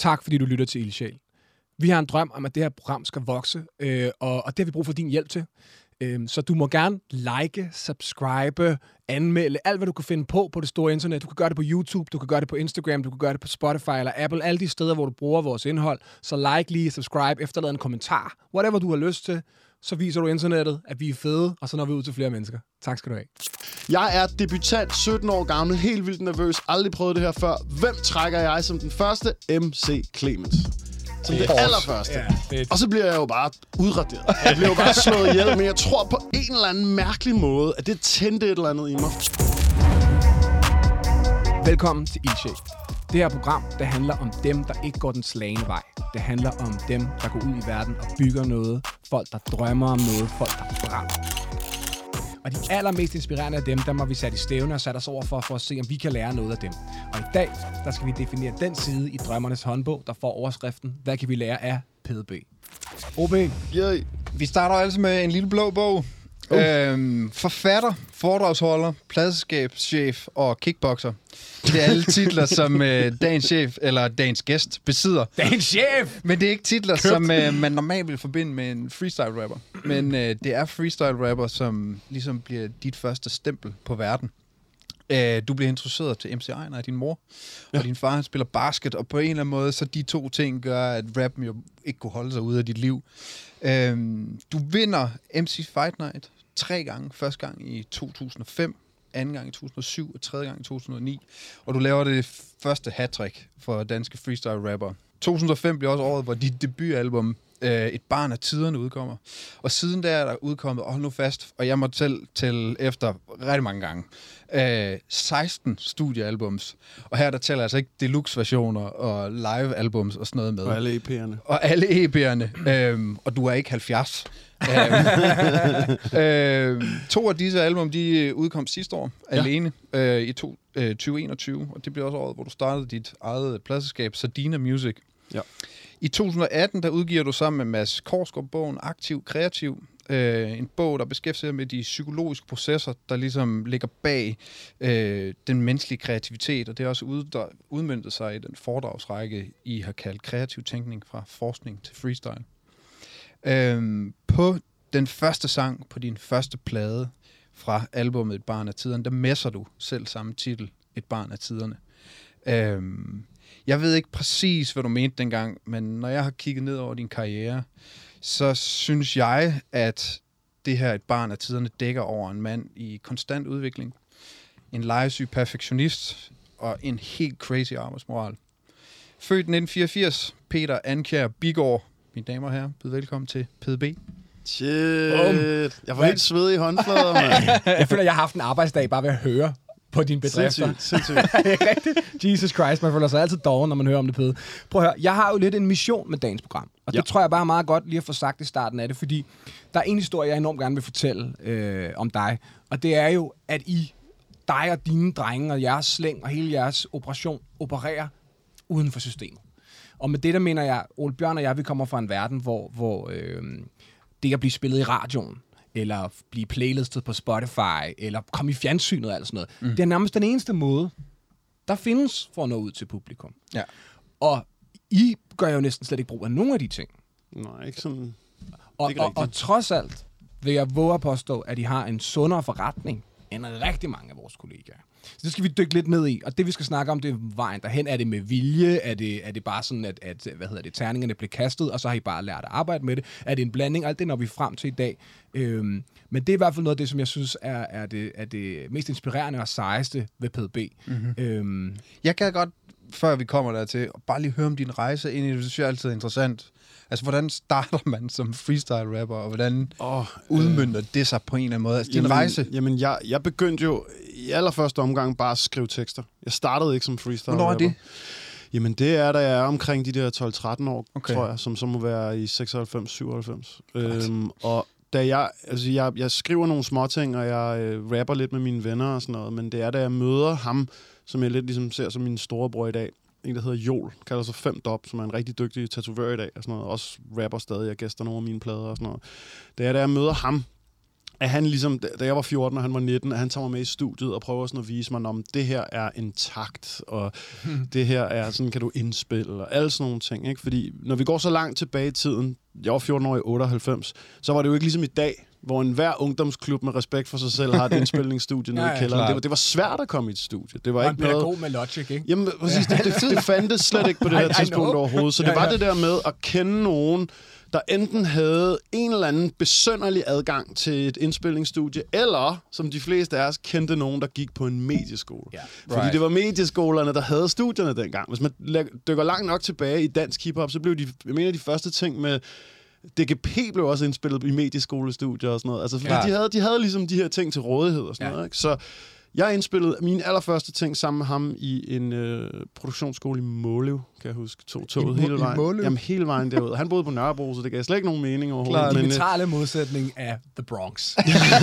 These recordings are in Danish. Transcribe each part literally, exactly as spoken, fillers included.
Tak fordi du lytter til Ildsjæl. Vi har en drøm om, at det her program skal vokse, øh, og, og det har vi brug for din hjælp til. Øh, så du må gerne like, subscribe, anmelde, alt hvad du kan finde på på det store internet. Du kan gøre det på YouTube, du kan gøre det på Instagram, du kan gøre det på Spotify eller Apple, alle de steder, hvor du bruger vores indhold. Så like lige, subscribe, efterlad en kommentar, whatever du har lyst til. Så viser du internettet, at vi er fede, og så når vi ud til flere mennesker. Tak skal du have. Jeg er debutant, sytten år gammel, helt vildt nervøs, aldrig prøvet det her før. Hvem trækker jeg som den første? M C Clemens. Som det, det allerførste. Ja, det... Og så bliver jeg jo bare udraderet. Jeg bliver jo bare slået ihjel, men jeg tror på en eller anden mærkelig måde, at det tændte et eller andet i mig. Velkommen til Ildsjæl. Det her program, det handler om dem, der ikke går den slagne vej. Det handler om dem, der går ud i verden og bygger noget. Folk, der drømmer om noget. Folk, der brænder. Og de allermest inspirerende af dem, der må vi sætte i stævne og sætte os over for, for at se, om vi kan lære noget af dem. Og i dag, der skal vi definere den side i Drømmernes håndbog, der får overskriften, hvad kan vi lære af P D B? O B. Yeah. Vi starter altså med en lille blå bog. Uh. Øhm, forfatter, foredragsholder, pladselskabschef og kickboxer. Det er alle titler, som øh, dagens chef eller dagens gæst besidder. Dagens chef! Men det er ikke titler, Købt. som øh, man normalt vil forbinde med en freestyle rapper. Men øh, det er freestyle rapper, som ligesom bliver dit første stempel på verden. Øh, du bliver introduceret til M C Einar af din mor, ja. Og din far han spiller basket, og på en eller anden måde, så de to ting gør, at rappen jo ikke kunne holde sig ude af dit liv. Øh, du vinder M C Fight Night tre gange. Første gang i to tusind og fem, anden gang i to tusind og syv og tredje gang i to tusind og ni. Og du laver det første hattrick for danske freestyle rapper. to tusind og fem bliver også året, hvor dit debutalbum øh, Et barn af tiderne udkommer. Og siden der er der udkommet, og hold nu fast, og jeg må selv tælle efter rigtig mange gange, øh, seksten studiealbums. Og her der tæller altså ikke deluxe-versioner og live-albums og sådan noget med. Og alle E P'erne. Og alle E P'erne. øh, og du er ikke halvfjerds. øh, to af disse album, de udkom sidste år, ja. alene, øh, i to, øh, tyve enogtyve, og det bliver også året, hvor du startede dit eget pladselskab, Sardina Music. Ja. I to tusind og atten, der udgiver du sammen med Mads Korsgaard bogen Aktiv Kreativ, øh, en bog, der beskæftiger sig med de psykologiske processer, der ligesom ligger bag øh, den menneskelige kreativitet, og det er også ud, der udmøntet sig i den foredragsrække, I har kaldt kreativ tænkning fra forskning til freestyle. Øhm, på den første sang på din første plade fra albumet Et barn af tiderne, der messer du selv samme titel, Et barn af tiderne. Øhm, jeg ved ikke præcis, hvad du mente dengang, men når jeg har kigget ned over din karriere, så synes jeg, at det her Et barn af tiderne dækker over en mand i konstant udvikling, en legesyg perfektionist og en helt crazy arbejdsmoral. Født nitten fireogfirs, Peter Andkjær Bigård. Mine damer og herrer, byd velkommen til P D B. Shit. Um, jeg får helt svedig i håndflader, mand. Jeg føler, jeg har haft en arbejdsdag bare ved at høre på dine bedrifter. Sindssygt, sindssygt. Rigtigt. Jesus Christ, man føler sig altid doven, når man hører om det, Pede. Prøv at høre, jeg har jo lidt en mission med dagens program. Og det ja. tror jeg bare er meget godt lige at få sagt i starten af det, fordi der er en historie, jeg enormt gerne vil fortælle øh, om dig. Og det er jo, at I, dig og dine drenge og jeres slæng og hele jeres operation opererer uden for systemet. Og med det, der mener jeg, Ole Bjørn og jeg, vi kommer fra en verden, hvor, hvor øh, det at blive spillet i radioen, eller blive playlistet på Spotify, eller komme i fjernsynet og alt sådan noget, mm. det er nærmest den eneste måde, der findes for at nå ud til publikum. Ja. Og I gør jo næsten slet ikke brug af nogen af de ting. Nej, ikke sådan... Og, ikke og, og trods alt vil jeg våge at påstå, at I har en sundere forretning end rigtig mange af vores kollegaer. Så det skal vi dykke lidt ned i. Og det, vi skal snakke om, det er vejen derhen. Er det med vilje? Er det, er det bare sådan, at, at hvad hedder det, terningerne bliver kastet, og så har I bare lært at arbejde med det? Er det en blanding? Alt det når vi frem til i dag. Øhm, men det er i hvert fald noget af det, som jeg synes er, er, det, er det mest inspirerende og sejeste ved P D B. Mm-hmm. Øhm, jeg kan godt, før vi kommer dertil, bare lige høre om din rejse ind i det. Det synes jeg altid er interessant. Altså, hvordan starter man som freestyle-rapper, og hvordan oh, udmønter øh, det sig på en eller anden måde? Altså, jamen, din rejse? Jamen, jeg, jeg begyndte jo i allerførste omgang bare at skrive tekster. Jeg startede ikke som freestyle-rapper. Hvornår er det? Jamen, det er, da jeg er omkring de der tolv tretten år, okay. tror jeg, som så må være i seksoghalvfems syvoghalvfems. Øhm, og da jeg, altså, jeg, jeg skriver nogle småting, og jeg øh, rapper lidt med mine venner og sådan noget, men det er, da jeg møder ham, som jeg lidt ligesom ser som min storebror i dag, en, der hedder Jol, kalder sig fem Dop, som er en rigtig dygtig tatovør i dag, og sådan noget. Også rapper stadig, jeg gæster nogle af mine plader og sådan noget. Da jeg, da jeg møder ham, at han ligesom, da jeg var fjorten og han var nitten, at han tager mig med i studiet og prøver sådan at vise mig, om det her er intakt, og hmm. det her er sådan, kan du indspille, og alle sådan nogle ting, ikke? Fordi når vi går så langt tilbage i tiden, jeg var fjorten år i otteoghalvfems, så var det jo ikke ligesom i dag, hvor enhver ungdomsklub med respekt for sig selv har et indspilningsstudie nede ja, ja, i kælderen. Det var, det var svært at komme i et studie. Det var, var ikke noget... med Logic, ikke? Jamen, præcis. Det, det, det fandtes slet ikke på det her tidspunkt overhovedet. Så det var det der med at kende nogen, der enten havde en eller anden besynderlig adgang til et indspilningsstudie, eller, som de fleste af os, kendte nogen, der gik på en medieskole. Yeah. Fordi right. det var medieskolerne, der havde studierne dengang. Hvis man dykker langt nok tilbage i dansk hiphop, så blev de, jeg mener, de første ting med D G P blev også indspillet i medieskolestudier og sådan noget. Altså, fordi ja. de, havde, de havde ligesom de her ting til rådighed og sådan ja. noget, ikke? Så jeg indspillede mine allerførste ting sammen med ham i en øh, produktionsskole i Måløv, kan jeg huske. Tog toget hele vejen. Måløv? Jamen, hele vejen derude. Han boede på Nørrebro, så det gav slet ikke nogen mening overhovedet. Klar, den neutrale modsætning af The Bronx.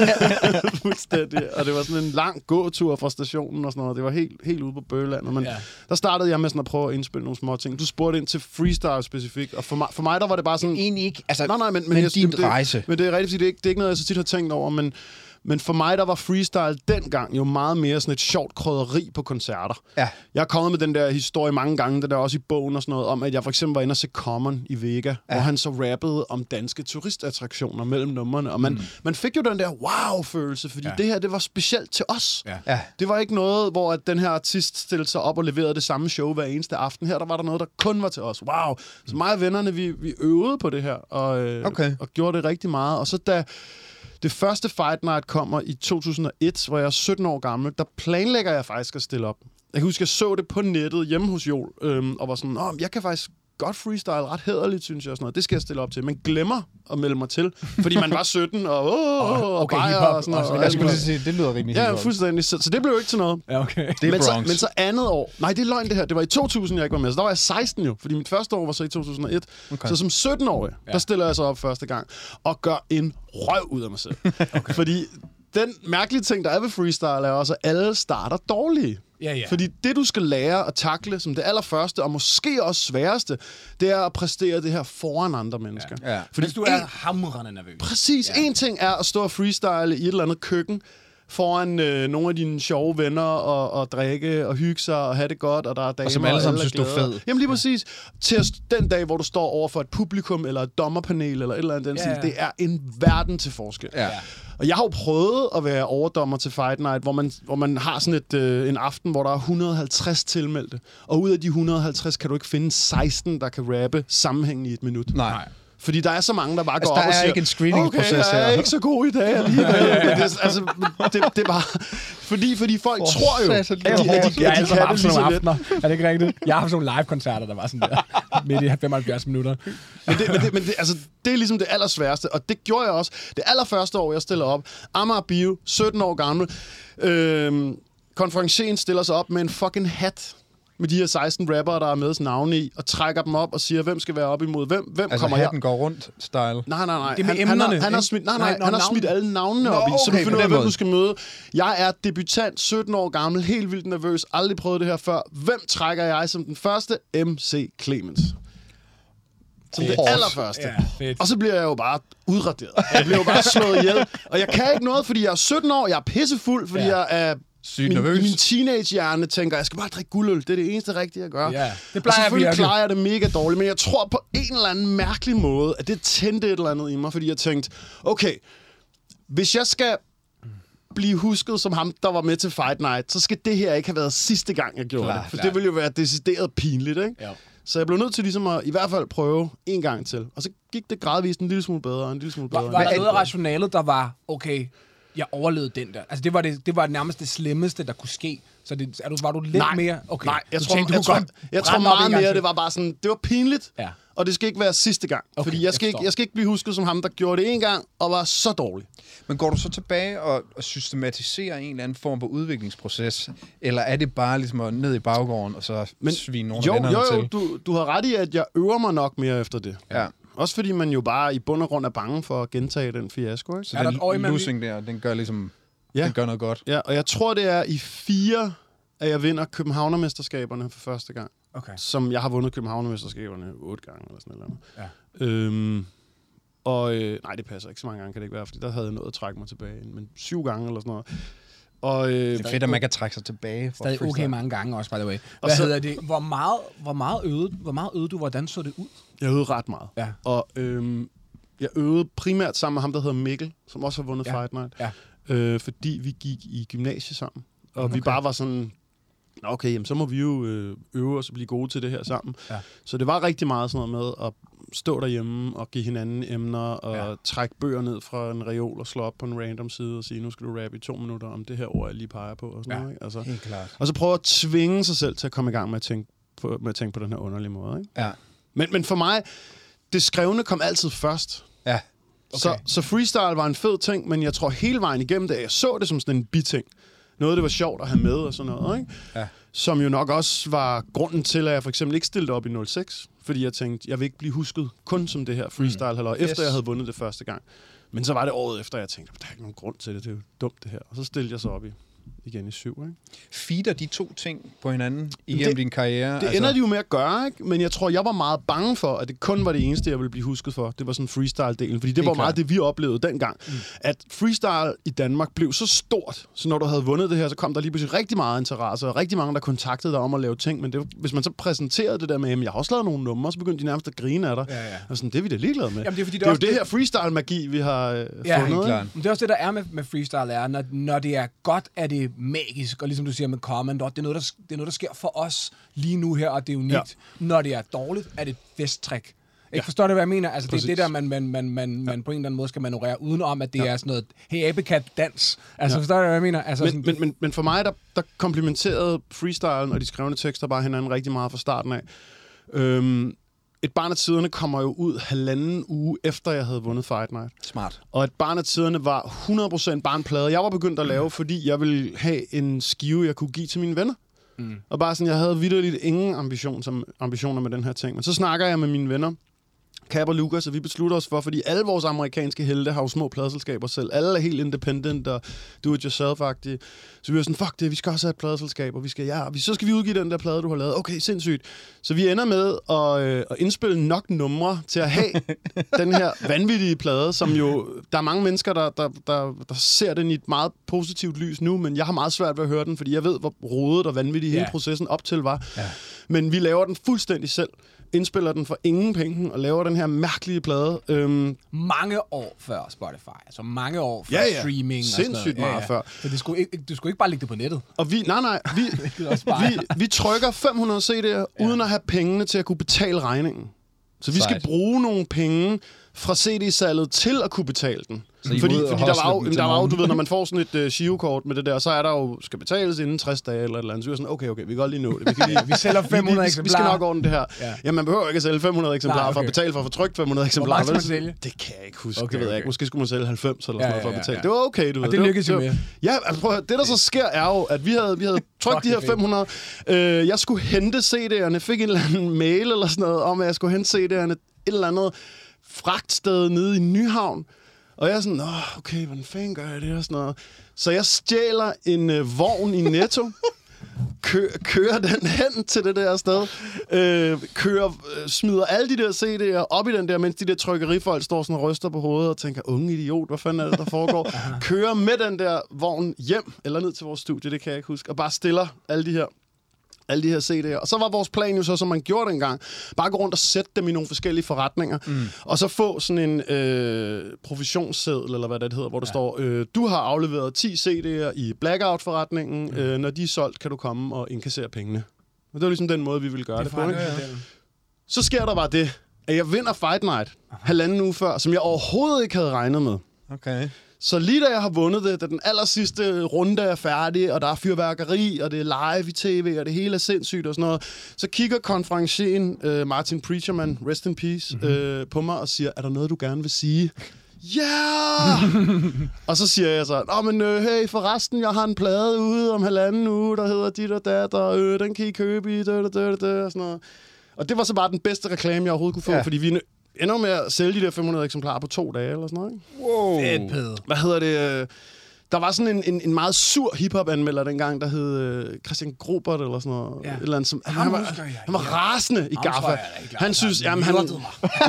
Fuldstændig. Og det var sådan en lang gåtur fra stationen og sådan noget. Det var helt, helt ude på Bøgelandet. Men ja. der startede jeg med sådan at prøve at indspille nogle små ting. Du spurgte ind til freestyle specifikt, og for mig, for mig der var det bare sådan... Egentlig ikke. Altså, nej, nej, men, men, men jeg, din det, rejse. Men det er rigtigt, fordi det er, ikke, det er ikke noget, jeg så tit har tænkt over, men... Men for mig, der var freestyle dengang jo meget mere sådan et sjovt krydderi på koncerter. Ja. Jeg er kommet med den der historie mange gange, der der også i bogen og sådan noget, om at jeg for eksempel var inde og se Common i Vega, ja. hvor han så rappede om danske turistattraktioner mellem numrene. Og man, mm. man fik jo den der wow-følelse, fordi ja. det her, det var specielt til os. Ja. Ja. Det var ikke noget, hvor at den her artist stillede sig op og leverede det samme show hver eneste aften. Her, der var der noget, der kun var til os. Wow! Så mig og vennerne, vi, vi øvede på det her, og, øh, okay. og gjorde det rigtig meget. Og så da... Det første Fight Night kommer i to tusind og et, hvor jeg er sytten år gammel. Der planlægger jeg faktisk at stille op. Jeg kan huske, jeg så det på nettet hjemme hos Joel, øhm, og var sådan, åh, jeg kan faktisk godt freestyle, ret hæderligt, synes jeg, og sådan noget. Det skal jeg stille op til. Men glemmer at melde mig til, fordi man var sytten, og åh, oh, og okay, bajer og sådan noget. Og jeg skulle lige sige, det lyder rimelig ja, fuldstændig. Så, så det blev jo ikke til noget. Ja, okay. Det er men, Bronx. så, men så andet år... Nej, det er løgn det her. Det var i to tusind, jeg ikke var med. Så der var jeg seksten jo, fordi mit første år var så i to tusind og et. Okay. Så som sytten-årig, ja. der stiller jeg så op første gang, og gør en røv ud af mig selv. Okay. Fordi den mærkelige ting, der er ved freestyle, er også, at alle starter dårlige. Ja, ja. Fordi det, du skal lære at takle som det allerførste, og måske også sværeste, det er at præstere det her foran andre mennesker. Ja. Ja. Fordi Hvis du er en, hamrende nervøs. Præcis. Ja. En ting er at stå og freestyle i et eller andet køkken, foran øh, nogle af dine sjove venner, og, og drikke, og hygge sig, og have det godt, og der er damer, og som alle sammen synes, du er fed. Jamen lige præcis. Ja. Til den dag, hvor du står over for et publikum, eller et dommerpanel, eller et eller andet, den ja, ja. det er en verden til forskel. Ja. Og jeg har jo prøvet at være overdommer til Fight Night, hvor man, hvor man har sådan et, øh, en aften, hvor der er et hundrede og halvtreds tilmeldte. Og ud af de et hundrede og halvtreds kan du ikke finde seksten, der kan rappe sammenhængende i et minut. Nej. Fordi der er så mange, der bare altså, går op og siger, ikke en screening-proces okay, jeg er ikke så god i dag alligevel. det, altså, det, det er bare... Fordi, fordi folk oh, tror jo, at de, at de, at de, jeg at de kan det lige så let. Er det ikke rigtigt? Jeg har haft sådan nogle live-koncerter, der var sådan der midt i femoghalvfjerds minutter. Men, det, men, det, men det, altså, det er ligesom det allersværeste, og det gjorde jeg også. Det allerførste år, jeg stiller op, Amager Bio, sytten år gammel, øhm, konferencien stiller sig op med en fucking hat, med de her seksten rappere, der er med navne i, og trækker dem op og siger, hvem skal være op imod hvem, hvem altså kommer her. Altså går rundt style? Nej, nej, nej. Det er med han, emnerne, han, har, han har smidt, nej, nej, nej han har smidt alle navnene Nå, op i, så okay, du finder ud af, hvem du skal møde. Jeg er debutant, sytten år gammel, helt vildt nervøs, aldrig prøvet det her før. Hvem trækker jeg som den første? M C Clemens. Som det allerførste. Ja, og så bliver jeg jo bare udraderet. Jeg bliver jo bare slået ihjel. Og jeg kan ikke noget, fordi jeg er sytten år, jeg er pissefuld, fordi ja. jeg er... Sygt min, nervøs. Min teenagehjerne tænker, jeg skal bare drikke guldøl. Det er det eneste rigtige at gøre. Ja, det og selvfølgelig klarer jeg det mega dårligt, men jeg tror på en eller anden mærkelig måde, at det tændte et eller andet i mig, fordi jeg tænkte, okay, hvis jeg skal blive husket som ham, der var med til Fight Night, så skal det her ikke have været sidste gang, jeg gjorde klar, det. For klar. det ville jo være decideret pinligt, ikke? Ja. Så jeg blev nødt til ligesom at i hvert fald prøve en gang til. Og så gik det gradvist en lille smule bedre, en lille smule bedre. Var, var der noget af rationalet, der var, okay, jeg overlevede den der? Altså, det var, det, det var nærmest det slemmeste, der kunne ske. Så det, er du, var du lidt nej, mere... Okay, nej, jeg du tror, tænkte, jeg, du tror, jeg, jeg tror meget mere, det var bare sådan... Det var pinligt, ja. og det skal ikke være sidste gang. Okay, fordi jeg skal, jeg, ikke, jeg skal ikke blive husket som ham, der gjorde det en gang, og var så dårlig. Men går du så tilbage og, og systematiserer en eller anden form for udviklingsproces? Eller er det bare ligesom at ned i baggården, og så Men, svine nogle jo, af vennerne jo, jo, til? Du, du har ret i, at jeg øver mig nok mere efter det. Ja. Også fordi man jo bare i bund og grund er bange for at gentage den fiasko, ikke? Så er den losing der, den gør ligesom... Ja. Den gør noget godt. Ja, og jeg tror, det er i fire, at jeg vinder Københavnermesterskaberne for første gang. Okay. Som jeg har vundet Københavnermesterskaberne otte gange, eller sådan noget. Ja. Øhm, Og øh, nej, det passer ikke. Så mange gange kan det ikke være, fordi der havde jeg nået at trække mig tilbage. Men syv gange eller sådan noget. Og, øh, det er fedt, at man kan trække sig tilbage. Stadig okay mange gange også, by the way. Hvad så, hedder det? Hvor meget, hvor meget øvede, hvor meget øvede du? Hvordan så det ud? Jeg øvede ret meget. Ja. Og øh, jeg øvede primært sammen med ham, der hedder Mikkel, som også har vundet ja. Fight Night. Ja. Øh, fordi vi gik i gymnasiet sammen. Og okay. vi bare var sådan... Okay, jamen, så må vi jo øh, øve os og blive gode til det her sammen. Ja. Så det var rigtig meget sådan noget med at stå derhjemme og give hinanden emner og ja. trække bøger ned fra en reol og slå op på en random side og sige, nu skal du rappe i to minutter om det her ord, jeg lige peger på. Og sådan ja. noget, ikke? Altså, helt klart. Og så prøve at tvinge sig selv til at komme i gang med at tænke på, med at tænke på den her underlige måde. Ikke? Ja. Men, men for mig, det skrevne kom altid først. Ja. Okay. Så, så freestyle var en fed ting, men jeg tror hele vejen igennem det, jeg så det som sådan en biting. Noget, det var sjovt at have med og sådan noget, ikke? Ja. Som jo nok også var grunden til, at jeg for eksempel ikke stillede op i nul seks. Fordi jeg tænkte, jeg vil ikke blive husket kun som det her freestyle, mm. efter yes. jeg havde vundet det første gang. Men så var det året efter, jeg tænkte, der er ikke nogen grund til det, det er jo dumt det her. Og så stillede jeg så op i, igen i syv, ikke? Feeder de to ting på hinanden igennem din karriere? Det altså... ender de jo med at gøre, ikke? Men jeg tror, jeg var meget bange for, at det kun var det eneste, jeg ville blive husket for. Det var sådan freestyle-delen. Fordi det, det var klar. meget det, vi oplevede dengang. Mm. At freestyle i Danmark blev så stort, så når du havde vundet det her, så kom der lige pludselig rigtig meget interesse, og rigtig mange, der kontaktede dig om at lave ting. Men det, hvis man så præsenterede det der med, at jeg har også lavet nogle numre, så begyndte de nærmest at grine af dig. Ja, ja. Og sådan, det er vi da ligeglade med. Jamen, det er, fordi det, det er jo det, det her freestyle-magi, vi har øh, ja, fundet. Det er også det, der er med, med freestyle, er, når, når det er godt, er det magisk. Og ligesom du siger med comment, det er noget, der, det er noget, der sker for os lige nu her, og det er unikt. Ja. Når det er dårligt, er det et festtræk. Ikke ja. Forstår du, hvad jeg mener? Altså, det er det der, man, man, man, man, man på en eller anden måde skal manøvrere, udenom, at det ja. er sådan noget, hey, abekat-dans. Altså, ja. Forstår du, hvad jeg mener? Altså, men, sådan, men, men, men for mig, der, der komplementerede freestylen og de skrevne tekster bare hinanden rigtig meget fra starten af. Øhm, Et barn af tiderne kommer jo ud halvanden uge efter, jeg havde vundet Fight Night. Smart. Og et barn af tiderne var hundrede procent bare en plade. Jeg var begyndt at lave, mm. fordi jeg ville have en skive, jeg kunne give til mine venner. Mm. Og bare sådan, jeg havde vitterligt ingen ambition, som, ambitioner med den her ting. Men så snakker jeg med mine venner, Cap og Lucas, og vi beslutter os for, fordi alle vores amerikanske helte har jo små pladeselskaber selv. Alle er helt independent og do-it-yourself-agtige. Så vi var sådan, fuck det, vi skal også have et pladeselskab, og vi skal, ja, så skal vi udgive den der plade, du har lavet. Okay, sindssygt. Så vi ender med at, øh, at indspille nok numre til at have den her vanvittige plade, som jo, der er mange mennesker, der, der, der, der ser den i et meget positivt lys nu, men jeg har meget svært ved at høre den, fordi jeg ved, hvor rodet og vanvittig hele yeah. processen op til var. Yeah. Men vi laver den fuldstændig selv. Indspiller den for ingen penge og laver den her mærkelige plade. Øhm. Mange år før Spotify. Altså mange år før ja, ja. streaming. Sindssygt meget ja, ja. før. Så det skulle ikke, du skulle ikke bare lægge det på nettet. Og vi, nej, nej. Vi, vi, vi trykker fem hundrede C D'er, ja. uden at have pengene til at kunne betale regningen. Så vi Sejt. skal bruge nogle penge fra C D-salget til at kunne betale den. Fordi, fordi der var jo, der var jo, du ved, når man får sådan et uh, girokort med det der, så er der jo, skal betales inden tres dage eller et eller andet. Så er sådan, okay, okay, vi kan godt lige nå det. Vi, kan lige, vi sælger fem hundrede eksemplarer. Vi skal nok ordne det her. Ja, ja man behøver ikke at sælge fem hundrede eksemplarer Nej, okay. for at betale for at få trykt fem hundrede eksemplarer. Hvor meget skal man sælge? Det kan jeg ikke huske, okay, det ved jeg ikke. Måske skulle man sælge halvfems eller sådan ja, noget for ja, at betale. Ja. Det var okay, du og ved. det lykkedes jo med. Ja, altså prøv at høre, det der så sker er jo, at vi havde, vi havde trykt de her fem hundrede. Øh, jeg skulle hente C D'erne, fik en eller anden mail eller sådan noget om, at jeg skulle hente C D'erne et eller andet fragtsted nede i Nyhavn. Og jeg er sådan, åh, okay, hvordan fanden gør jeg det og sådan noget. Så jeg stjæler en øh, vogn i Netto, kø- kører den hen til det der sted, øh, kører, øh, smider alle de der C D'er op i den der, mens de der trykkerifolk står sådan og ryster på hovedet og tænker, unge idiot, hvad fanden er det, der foregår? Kører med den der vogn hjem, eller ned til vores studie, det kan jeg ikke huske, og bare stiller alle de her alle de her C D'er. Og så var vores plan jo så, som man gjorde dengang, bare gå rundt og sætte dem i nogle forskellige forretninger, mm. og så få sådan en øh, provisionsseddel, eller hvad det hedder, hvor der ja. står, øh, du har afleveret ti C D'er i Blackout-forretningen, mm. øh, når de er solgt, kan du komme og indkassere pengene. Og det var ligesom den måde, vi ville gøre det, det på. Ja. Så sker der bare det, at jeg vinder Fight Night Aha. halvanden uge før, som jeg overhovedet ikke havde regnet med. Okay. Så lige da jeg har vundet det, da den aller sidste runde er færdig, og der er fyrværkeri, og det er live i tv, og det hele er sindssygt og sådan noget, så kigger konferencieren uh, Martin Preacherman, rest in peace, mm-hmm. uh, på mig og siger, er der noget, du gerne vil sige? Ja! Yeah! Og så siger jeg så, nå, men øh, hey, forresten, jeg har en plade ude om halvanden uge, der hedder dit og dat, og øh, den kan I købe i, dø, dø, dø, dø, og sådan noget. Og det var så bare den bedste reklame, jeg overhovedet kunne få, ja. fordi vi ender med at sælge de der fem hundrede eksemplarer på to dage, eller sådan noget, ikke? Wow. Fedt pæde. Hvad hedder det? Der var sådan en, en, en meget sur hiphop-anmelder dengang, der hed øh, Christian Grobert eller sådan noget. Ja. Et eller andet, som, han, han, var, han var rasende i Gaffa. Han synes, jamen, han, jamen,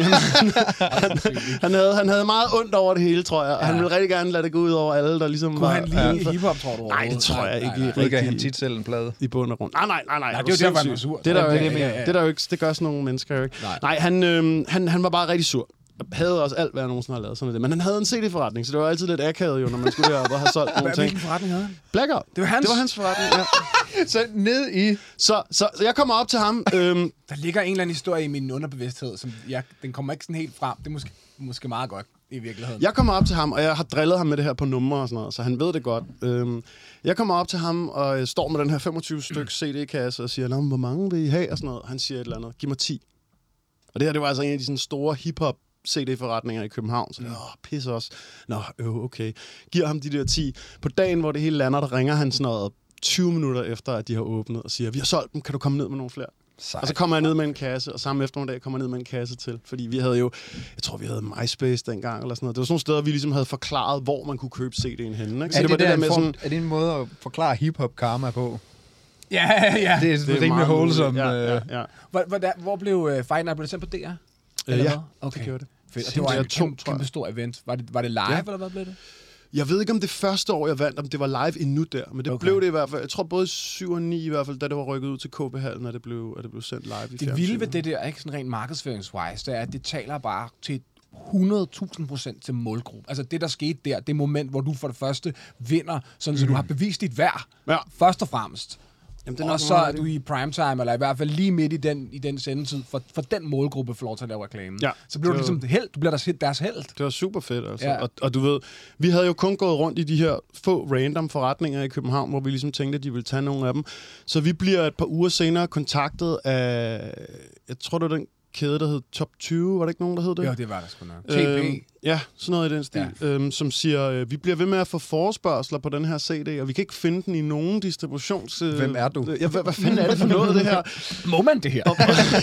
han, han, havde, han havde meget ondt over det hele, tror jeg. Og ja. han ville rigtig gerne lade det gå ud over alle, der ligesom Kunne var... han lide ja. hiphop, tror du? Nej, det tror jeg ikke. Nej, nej. Ikke han tit selv en plade. I bund og grund. Nej, nej, nej. nej. nej det er jo derfor, han var sur. Det er der jo ikke. Det er der jo ikke. Det gør sådan nogle mennesker jo ikke. Nej, nej han, øh, han, han var bare rigtig sur. Havde også alt, hvad jeg nogensinde har lavet. Sådan det. Men han havde en C D-forretning, så det var altid lidt akavet, jo, når man skulle deroppe og have solgt nogle ting. Hvilken forretning havde han? Blackout. Det var hans, det var hans forretning, ja. Så ned i... Så, så, så jeg kommer op til ham. Øhm, der ligger en eller anden historie i min underbevidsthed, som jeg, den kommer ikke sådan helt frem. Det er måske, måske meget godt i virkeligheden. Jeg kommer op til ham, og jeg har drillet ham med det her på numre og sådan noget, så han ved det godt. Øhm, jeg kommer op til ham, og står med den her femogtyve stykke C D-kasse og siger, nå, hvor mange vil I have? Og sådan noget. Han siger et eller andet, giv mig ti. Og det her, det var altså en af de sådan store hip-hop C D-forretninger i København. Så det, åh, pis også. Nå, øh, okay. Giver ham de der ti. På dagen, hvor det hele lander, der ringer han sådan noget tyve minutter efter, at de har åbnet, og siger, vi har solgt dem, kan du komme ned med nogle flere? Sejt. Og så kommer jeg ned med en kasse, og samme eftermiddag kommer jeg ned med en kasse til. Fordi vi havde jo, jeg tror, vi havde MySpace dengang, eller sådan noget. Det var sådan nogle steder, vi ligesom havde forklaret, hvor man kunne købe C D'en henne. Ikke? Så er, det, det var det der en med form, sådan... er det en måde at forklare hip-hop-karma på? Ja, ja. Det er, det er rimelig wholesome. Ja, ja, ja. Hvor, hvor, der, hvor blev uh, Fight Night? Blev det sendt på D R? Øh, ja, okay. det gjorde det. Fedt. Og det var en kæmpe, kæmpe stor event. Var det, var det live, ja. eller hvad blev det? Jeg ved ikke, om det første år, jeg vandt, om det var live endnu der. Men det okay. blev det i hvert fald. Jeg tror både syv og ni i hvert fald, da det var rykket ud til K B-hallen, at det blev, at det blev sendt live i det vilde ved det der, ikke sådan rent markedsføringswise, det er, at det taler bare til hundrede tusind procent til målgruppe. Altså det, der skete der, det moment, hvor du for det første vinder, sådan så mm. du har bevist dit værd. Ja. Først og fremmest. Jamen, og så er du i primetime, eller i hvert fald lige midt i den, i den sendetid, for, for den målgruppe får lov til at lave reklame. Ja, så bliver du ligesom held, du bliver deres, deres held. Det var super fedt, altså. Ja. Og, og du ved, vi havde jo kun gået rundt i de her få random forretninger i København, hvor vi ligesom tænkte, at de ville tage nogle af dem. Så vi bliver et par uger senere kontaktet af, jeg tror det var den kæde, der hed Top tyve, var det ikke nogen, der hed det? Jo, det var der sgu nok. T P. Øhm, ja, sådan noget i den stil, ja. øhm, som siger, øh, vi bliver ved med at få forespørgsler på den her C D, og vi kan ikke finde den i nogen distributions... Øh, Hvem er du? Ja, hvad, hvad fanden er det for noget, det her? Må man det her? og,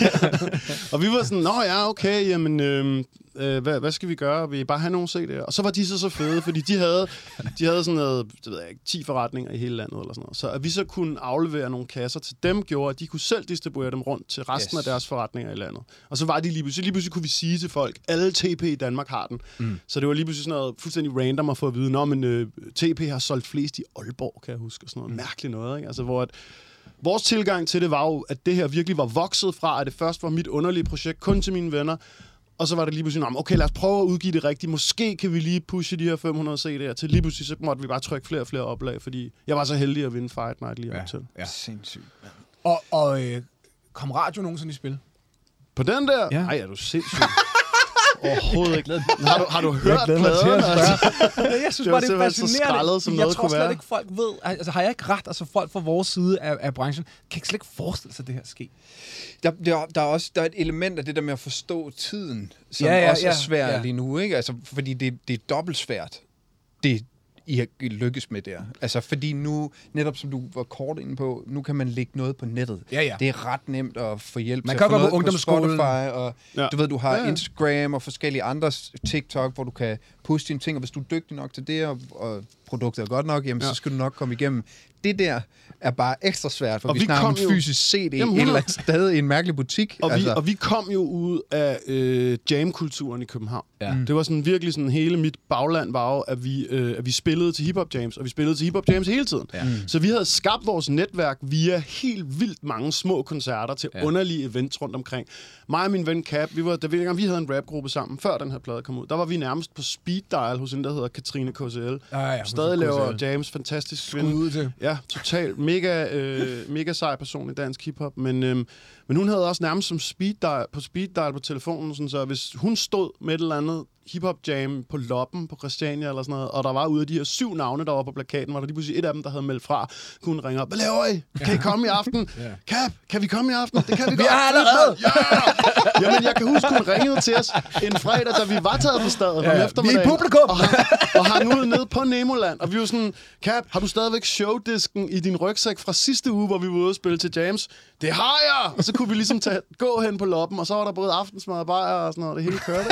og vi var sådan, nå ja, okay, jamen, øh, øh, hvad, hvad skal vi gøre? Vil I bare have nogle C D'er? Og så var de så så fede, fordi de havde, de havde sådan noget, det ved jeg ikke, ti forretninger i hele landet, eller sådan noget. Så at vi så kunne aflevere nogle kasser til dem, gjorde, at de kunne selv distribuere dem rundt til resten yes. af deres forretninger i landet. Og så var de lige pludselig, lige pludselig kunne vi sige til folk, alle T P i Danmark har den. Mm. Så det var lige pludselig sådan noget fuldstændig random at få at vide, nå, men øh, T P har solgt flest i Aalborg, kan jeg huske, og sådan noget mm. mærkeligt noget, ikke? Altså, hvor at, vores tilgang til det var jo, at det her virkelig var vokset fra, at det først var mit underlige projekt, kun til mine venner, og så var det lige pludselig, okay, lad os prøve at udgive det rigtigt, måske kan vi lige pushe de her fem hundrede C D'er til, lige pludselig så måtte vi bare trykke flere og flere oplag, fordi jeg var så heldig at vinde Fight Night lige ja, op til. Ja, sindssygt. Ja. Og, og øh, kom radio nogensinde i spil? På den der? Ja. Ej, er du sindssygt. Overhovedet ikke. Har du, har du hørt pladerne? Altså? Jeg synes bare, det er fascinerende. Som jeg tror slet ikke, folk ved... Altså, har jeg ikke ret? Altså, folk fra vores side af, af branchen kan ikke slet ikke forestille sig, at det her sker. Der, der, der, er også der er et element af det der med at forstå tiden, som ja, ja, også ja, er svært ja. lige nu, ikke? Altså, fordi det, det er dobbelt svært. Det I har lykkes med der. Altså, fordi nu, netop som du var kort inde på, nu kan man lægge noget på nettet. Ja, ja. Det er ret nemt at få hjælp man til kan at få noget på på Spotify, og ja. du ved, du har ja, ja. Instagram og forskellige andre TikTok, hvor du kan puste dine ting, og hvis du er dygtig nok til det, og, og produktet er godt nok, jamen, ja. så skal du nok komme igennem. Det der er bare ekstra svært, for og vi, vi snakker om en fysisk C D et eller andet sted i en mærkelig butik. Og, altså. vi, og vi kom jo ud af øh, jam-kulturen i København. Ja. Det var sådan virkelig sådan, hele mit bagland var jo, at vi, øh, at vi spillede til hip-hop jams, og vi spillede til hip-hop jams hele tiden. Ja. Mm. Så vi havde skabt vores netværk via helt vildt mange små koncerter til ja. underlige events rundt omkring. Mig og min ven Cap, vi var, da vi, vi havde en rapgruppe sammen, før den her plade kom ud, der var vi nærmest på speed dial hos en, der hedder Katrine K C L. Ja, ja, stadig laver jams, fantastisk kvinde. Ud til. Ja, totalt. Mega, øh, mega sej person i dansk hiphop, men, øh, men hun havde også nærmest som speed dial, på speed dial på telefonen, sådan, så hvis hun stod med et eller andet hip-hop jam på Loppen på Christiania eller sådan noget, og der var ude af de her syv navne, der var på plakaten, var der lige pludselig et af dem, der havde meldt fra, kunne ringe op, hvad laver I? Kan I komme i aften? Ja. Cap, kan vi komme i aften? Det kan vi, vi godt. Vi er allerede! Ja! Jamen, jeg kan huske, hun ringede til os en fredag, da vi var taget på stedet ja, om eftermiddagen. Vi er publikum! Og, og hang ud nede på Nemoland, og vi var sådan, Cap, har du stadigvæk showdisken i din rygsæk fra sidste uge, hvor vi var ude og spille til jams? Det har jeg! Og så kunne vi ligesom tage, gå hen på Loppen, og så var der både aftensmad og bajer og sådan noget, det hele kørte.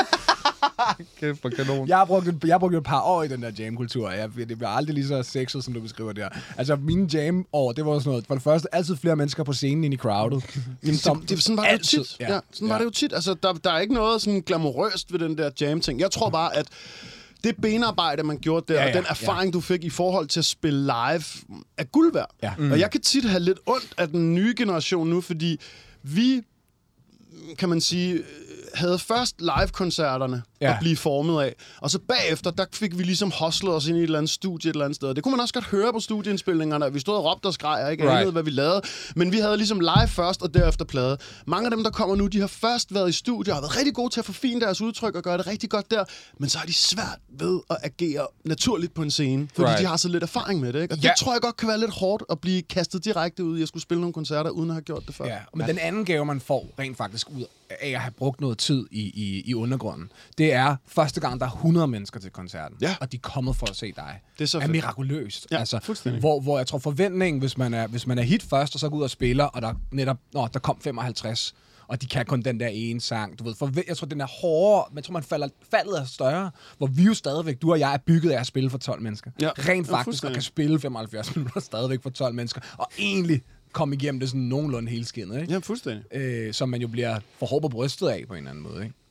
Kæft for kanon. Jeg har brugt et, jeg har brugt et par år i den der jam-kultur. Jeg, det bliver aldrig lige så sexet, som du beskriver der. Altså, mine jam-år, det var sådan noget. For det første, altid flere mennesker på scenen end i crowdet. Jamen, som, det, det, sådan var altid. det jo tit. Ja, ja sådan ja. var det jo tit. Altså, der, der er ikke noget sådan glamourøst ved den der jam-ting. Jeg tror bare, at det benarbejde, man gjorde der, ja, ja, og den erfaring, ja. du fik i forhold til at spille live, er guld værd. Ja. Mm. Og jeg kan tit have lidt ondt af den nye generation nu, fordi vi, kan man sige, havde først live-koncerterne ja. at blive formet af, og så bagefter, der fik vi ligesom hostlet os ind i et eller andet studie et eller andet sted. Det kunne man også godt høre på studieindspilningerne, at vi stod og råbte og skreg, og ikke right. anede, hvad vi lavede. Men vi havde ligesom live først, og derefter plade. Mange af dem, der kommer nu, de har først været i studiet, og har været rigtig gode til at forfine deres udtryk og gøre det rigtig godt der, men så har de svært ved at agere naturligt på en scene, fordi right. de har så lidt erfaring med det. Ikke? Og ja. det tror jeg godt kan være lidt hårdt at blive kastet direkte ud i at skulle spille nogle koncerter, uden at have gjort det før. Ja, men ja. den anden gave, man får rent faktisk ud af at have brugt noget tid i, i, i undergrunden, det er første gang, der er hundrede mennesker til koncerten, ja. og de er kommet for at se dig. Det er, så er mirakuløst. Ja, altså, hvor, hvor jeg tror forventningen, hvis man er, hvis man er hit først, og så går ud og spiller, og der netop, nå, der kom femoghalvtreds, og de kan kun den der ene sang. Du ved, for jeg tror, den er hårdere, men jeg tror, man falder, faldet er større, hvor vi jo stadigvæk, du og jeg, er bygget af at spille for tolv mennesker. Ja. Rent faktisk, og kan spille femoghalvfjerds minutter stadigvæk for tolv mennesker, og egentlig komme igennem det sådan nogenlunde helskindet, ikke? Ja, fuldstændig. Øh, som man jo bliver for hårdt på brystet af, på en eller anden måde, ikke?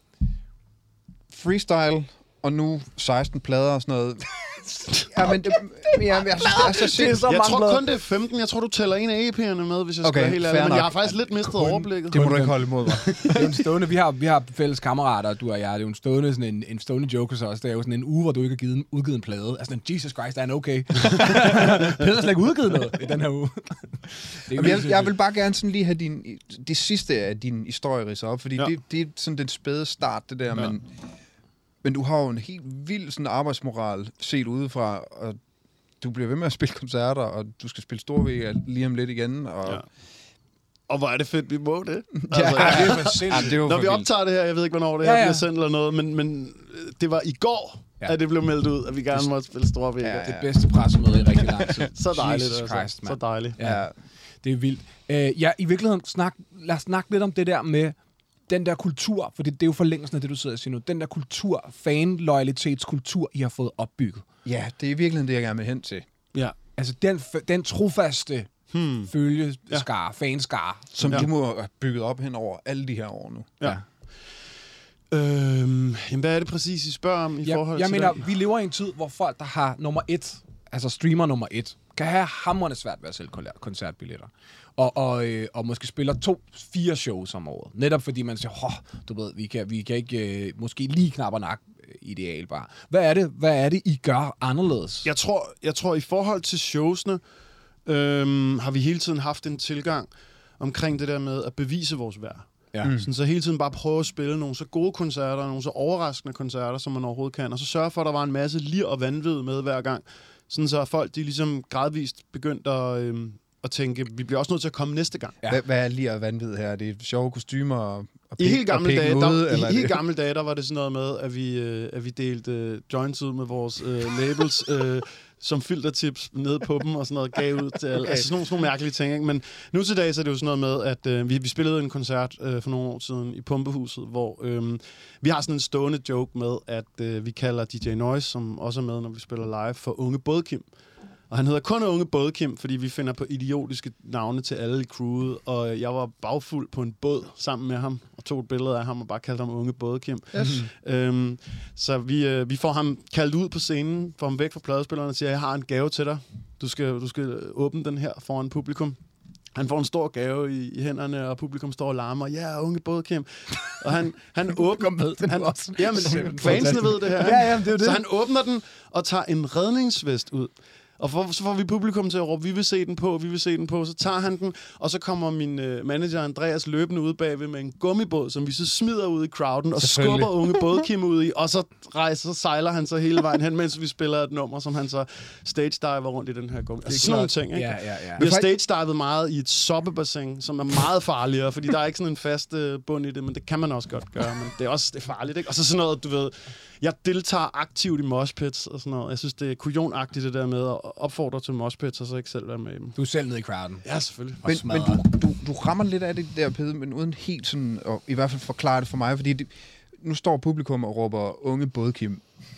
Freestyle, og nu seksten plader og sådan noget. ja, men det, ja, jeg, jeg, jeg, jeg, det er så jeg tror plader. Kun det er femten. Jeg tror, du tæller en af E P'erne med, hvis jeg okay, skal være helt ærlig. Men nok. Jeg har faktisk lidt mistet kun, overblikket. Det må du ikke holde imod mig. Det er en stående, vi har, vi har fælles kammerater, du og jeg. Det er jo en stående, sådan en, en stående joke så også. Det er jo sådan en uge, hvor du ikke har givet, udgivet en plade. Altså, Jesus Christ, er en okay. Peder har slet ikke udgivet noget i den her uge. Jamen, jeg, jeg vil bare gerne sådan lige have din, det sidste af din historie ridset op, fordi ja. det, det er sådan den spæde start, det der, ja. men... Men du har jo en helt vild sådan arbejdsmoral set udefra, og du bliver ved med at spille koncerter, og du skal spille Storvega lige om lidt igen. Og, ja. og hvor er det fedt, vi må det. Altså, ja, det er for sindssygt. Når vi optager det her, jeg ved ikke, hvornår det her ja, ja. bliver sendt eller noget, men, men det var i går, ja. at det blev meldt ud, at vi gerne måtte spille Storvega. Ja, det bedste pressemøde i rigtig lang tid. Så dejligt, Jesus altså. Christ, så dejligt. Ja, det er vildt. Uh, ja, i virkeligheden, snak, lad os snakke lidt om det der med, den der kultur, for det, det er jo forlængelsen af det, du sidder og siger nu, den der kultur, fan-loyalitetskultur, I har fået opbygget. Ja, det er virkelig det, jeg gerne vil hen til. Ja, altså den, den trofaste hmm. følgeskare, ja. fanskare. Som ja. du må have bygget op hen over alle de her år nu. Ja. ja. Øhm, jamen, hvad er det præcis, I spørger om i ja, forhold jeg til mener, den? vi lever i en tid, hvor folk, der har nummer et, altså streamer nummer et, kan have hamrende svært ved at sælge koncertbilletter. Og, og, øh, og måske spiller to, fire shows om året. Netop fordi man siger, åh, du ved, vi kan, vi kan ikke, øh, måske lige knap og nak ideal bare. Hvad er det, hvad er det I gør anderledes? Jeg tror, jeg tror i forhold til showsene, øhm, har vi hele tiden haft en tilgang omkring det der med at bevise vores værd. Ja. Mm. Sådan, så hele tiden bare prøve at spille nogle så gode koncerter, nogle så overraskende koncerter, som man overhovedet kan, og så sørge for, at der var en masse lir og vanvid med hver gang. Sådan så folk, de ligesom gradvist begyndte at... Øhm, og tænke, vi bliver også nødt til at komme næste gang. Ja. Hvad, hvad er lige at vanvid her? Er det sjove kostymer og, og I helt gamle dage, der, ude, i helt gamle dage, der var det sådan noget med, at vi, øh, at vi delte øh, joints ud med vores øh, labels, øh, som filtertips ned på dem og sådan noget, gav ud til alle. Okay. Altså sådan nogle, sådan nogle mærkelige ting, ikke? Men nu til dag, så er det jo sådan noget med, at øh, vi, vi spillede en koncert øh, for nogle år siden i Pumpehuset, hvor øh, vi har sådan en stående joke med, at øh, vi kalder D J Noise, som også er med, når vi spiller live, for Unge Bådkim. Og han hedder kun Unge Bådkim, fordi vi finder på idiotiske navne til alle i crewet, og jeg var bagfuld på en båd sammen med ham, og tog et billede af ham og bare kaldte ham Unge Bådkim. Yes. Øhm, så vi, øh, vi får ham kaldt ud på scenen, får ham væk fra pladespillerne og siger, jeg har en gave til dig. Du skal, du skal åbne den her foran publikum. Han får en stor gave i, i hænderne, og publikum står og larmer. Ja, yeah, Unge Bådkim. Og han, han åbner... med den han, også. Ja, men fansene ved det her. Ja, ja, det er det. Så han åbner den og tager en redningsvest ud. Og for, så får vi publikum til at råbe, vi vil se den på, vi vil se den på. Så tager han den, og så kommer min øh, manager Andreas løbende ud bagved med en gummibåd, som vi så smider ud i crowden, og skubber Unge Bådkim ud i, og så rejser, så sejler han så hele vejen hen, mens vi spiller et nummer, som han så stage-diver rundt i den her gummi. Altså sådan nogle ting, ikke? Ja, ja, ja. Vi har stage-divet meget i et soppebassin, som er meget farligere, fordi der er ikke sådan en fast øh, bund i det, men det kan man også godt gøre, men det er også det er farligt, ikke? Og så sådan noget, du ved... Jeg deltager aktivt i moshpits og sådan noget. Jeg synes, det er kujonagtigt det der med at opfordre til moshpits, og så ikke selv være med i dem. Du er selv nede i crowden. Ja, selvfølgelig. Men, men du, du, du rammer lidt af det der, Pede, men uden helt sådan, og i hvert fald forklare det for mig, fordi det, nu står publikum og råber unge bådkim.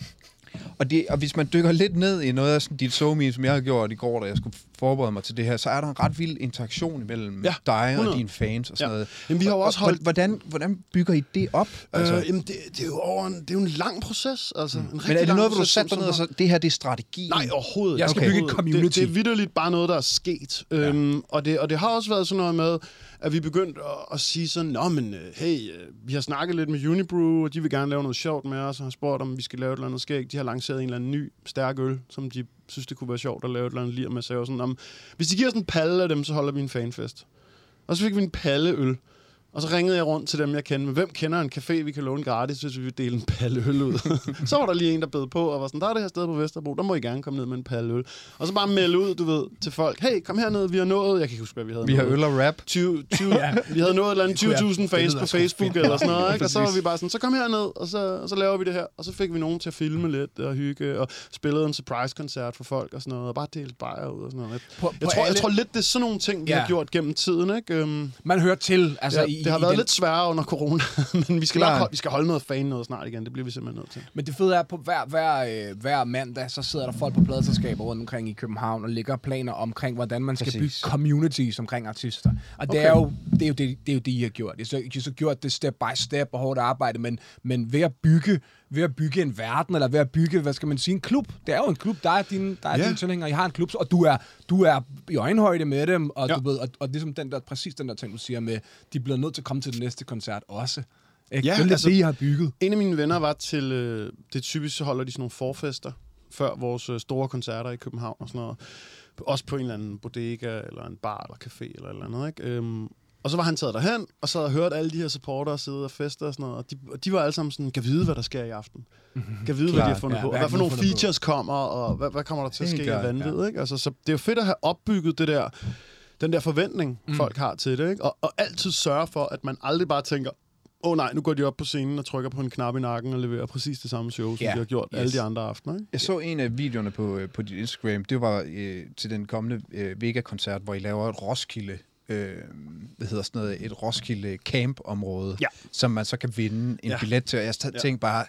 Og, det, og hvis man dykker lidt ned i noget af sådan dit SoMe, som jeg har gjort i går, da jeg skulle forberede mig til det her, så er der en ret vild interaktion imellem ja, dig og dine fans og sådan ja. noget. Jamen, vi har jo også holdt... Hvordan, hvordan bygger I det op? Altså? Øh, jamen, det, det, er jo over en, det er jo en lang proces. Altså, mm. en Men er det noget, hvor du sætter ned og så, det her det er strategi? Nej, overhovedet. Jeg skal okay. bygge et community. Det, det er vitterligt bare noget, der er sket. Ja. Øhm, og, det, og det har også været sådan noget med, at vi begyndte at, at sige sådan, nå, men hey, vi har snakket lidt med Unibrew, og de vil gerne lave noget sjovt med os, og har spurgt, om vi skal lave et eller andet skæg. De har lanceret en eller anden ny, stærk øl, som de synes, det kunne være sjovt at lave et eller andet lir med. Så sådan, om, hvis de giver os en palle af dem, så holder vi en fanfest. Og så fik vi en palle øl. Og så ringede jeg rundt til dem, jeg kendte. Men hvem kender en café, vi kan låne gratis, hvis vi vil dele en palle øl ud? Så var der lige en, der bed på, og var sådan, der er det her sted på Vesterbro, der må I gerne komme ned med en palle øl. Og så bare melde ud, du ved, til folk, hey, kom herned, vi har nået, jeg kan ikke huske, hvad vi havde Vi nået. har øl og rap. tyve, tyve, ja. Vi havde nået et eller andet tyve tusind fans på Facebook fedt. Eller sådan noget, ikke? Og så var vi bare sådan, så kom herned, og så, og så laver vi det her. Og så fik vi nogen til at filme lidt og hygge, og spillede en surprise-koncert for folk og sådan noget, og bare delte bajer ud og sådan noget. På, jeg, på tror, alle... jeg tror lidt, det er sådan nogle ting, vi ja. har gjort gennem tiden, ikke? Um, Man hører til, altså ja, i, det har i været den... lidt sværere under corona, men vi skal, nok holde, vi skal holde noget fan noget snart igen. Det bliver vi simpelthen nødt til. Men det fede er, at på hver, hver, øh, hver mandag, så sidder der folk på pladeselskaber rundt omkring i København og lægger planer omkring, hvordan man skal Præcis. bygge communities omkring artister. Og det, okay. er jo, det, er jo det, det er jo det, I har gjort. I har så gjort det step by step og hårdt arbejde, men, men ved at bygge ved at bygge en verden, eller ved at bygge, hvad skal man sige, en klub. Det er jo en klub, der er dine, der er yeah. dine tilhængere. I har en klub, og du er, du er i øjenhøjde med dem, og, ja. du ved, og, og ligesom den der, præcis den der ting, du siger med, de bliver nødt til at komme til den næste koncert også. Ikke? Ja, det er altså, det, I har bygget. En af mine venner var til, øh, det typisk så holder de sådan nogle forfester, før vores øh, store koncerter i København og sådan noget. Også på en eller anden bodega, eller en bar, eller café, eller et eller andet, ikke? Øhm, Og så var han taget derhen, og så havde hørt alle de her supportere sidde og feste og sådan noget. Og de, og de var alle sammen sådan, kan vide, hvad der sker i aften. Kan vide, klar, hvad de har fundet ja, på. Hvad, hvad for nogle features på. kommer, og hvad, hvad kommer der til at ske af vanvid, ja. ikke? Altså, så det er jo fedt at have opbygget det der, den der forventning, mm. folk har til det, ikke? Og, og altid sørge for, at man aldrig bare tænker, åh oh, nej, nu går de op på scenen og trykker på en knap i nakken og leverer præcis det samme show, som yeah. de har gjort yes. alle de andre aftener. Ikke? Jeg så en af videoerne på, på dit Instagram, det var øh, til den kommende øh, Vega-koncert, hvor I laver et Roskilde, øh, hvad hedder sådan noget, et Roskilde camp-område, ja. som man så kan vinde en ja. billet til. Og jeg tænkte ja. bare,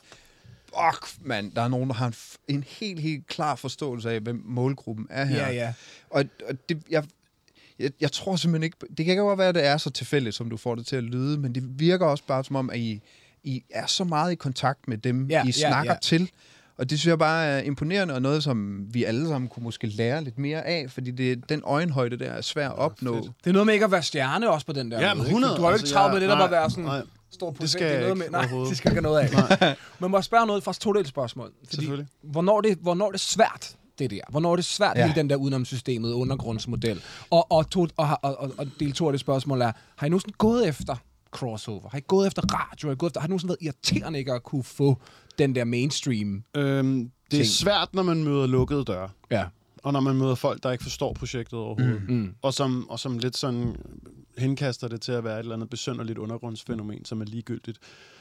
fuck mand, der er nogen, der har en, en helt, helt klar forståelse af, hvem målgruppen er her. Ja, ja. Og, og det, jeg... Jeg, jeg tror simpelthen ikke... Det kan godt være, at det er så tilfældigt, som du får det til at lyde, men det virker også bare som om, at I, I er så meget i kontakt med dem, ja, I snakker ja, ja. til. Og det synes jeg bare er imponerende, og noget, som vi alle sammen kunne måske lære lidt mere af, fordi det, den øjenhøjde der er svær at opnå. Ja, det er noget med ikke at være stjerne også på den der ja, måde. hundrede, du har jo ikke altså, travlt med ja, det, der nej, må være sådan... Nej. Stor procent, det skal jeg noget ikke med. Nej, det skal ikke noget af. Men må jeg spørge noget fra to del spørgsmål. Fordi, hvornår det, hvornår det er svært, det der? Hvornår er det svært, ja. hele den der udenomsystemet, undergrundsmodel? Og, og, to, og, og, og, og del to af det spørgsmål er, har I nogensinde gået efter crossover? Har I gået efter radio? Har I, gået efter, har I nogensinde været irriterende ikke at kunne få den der mainstream øhm, Det er ting? svært, når man møder lukkede døre. Ja. Og når man møder folk, der ikke forstår projektet overhovedet. Mm. Mm. Og, som, og som lidt sådan henkaster det til at være et eller andet besynderligt undergrundsfænomen, som er ligegyldigt.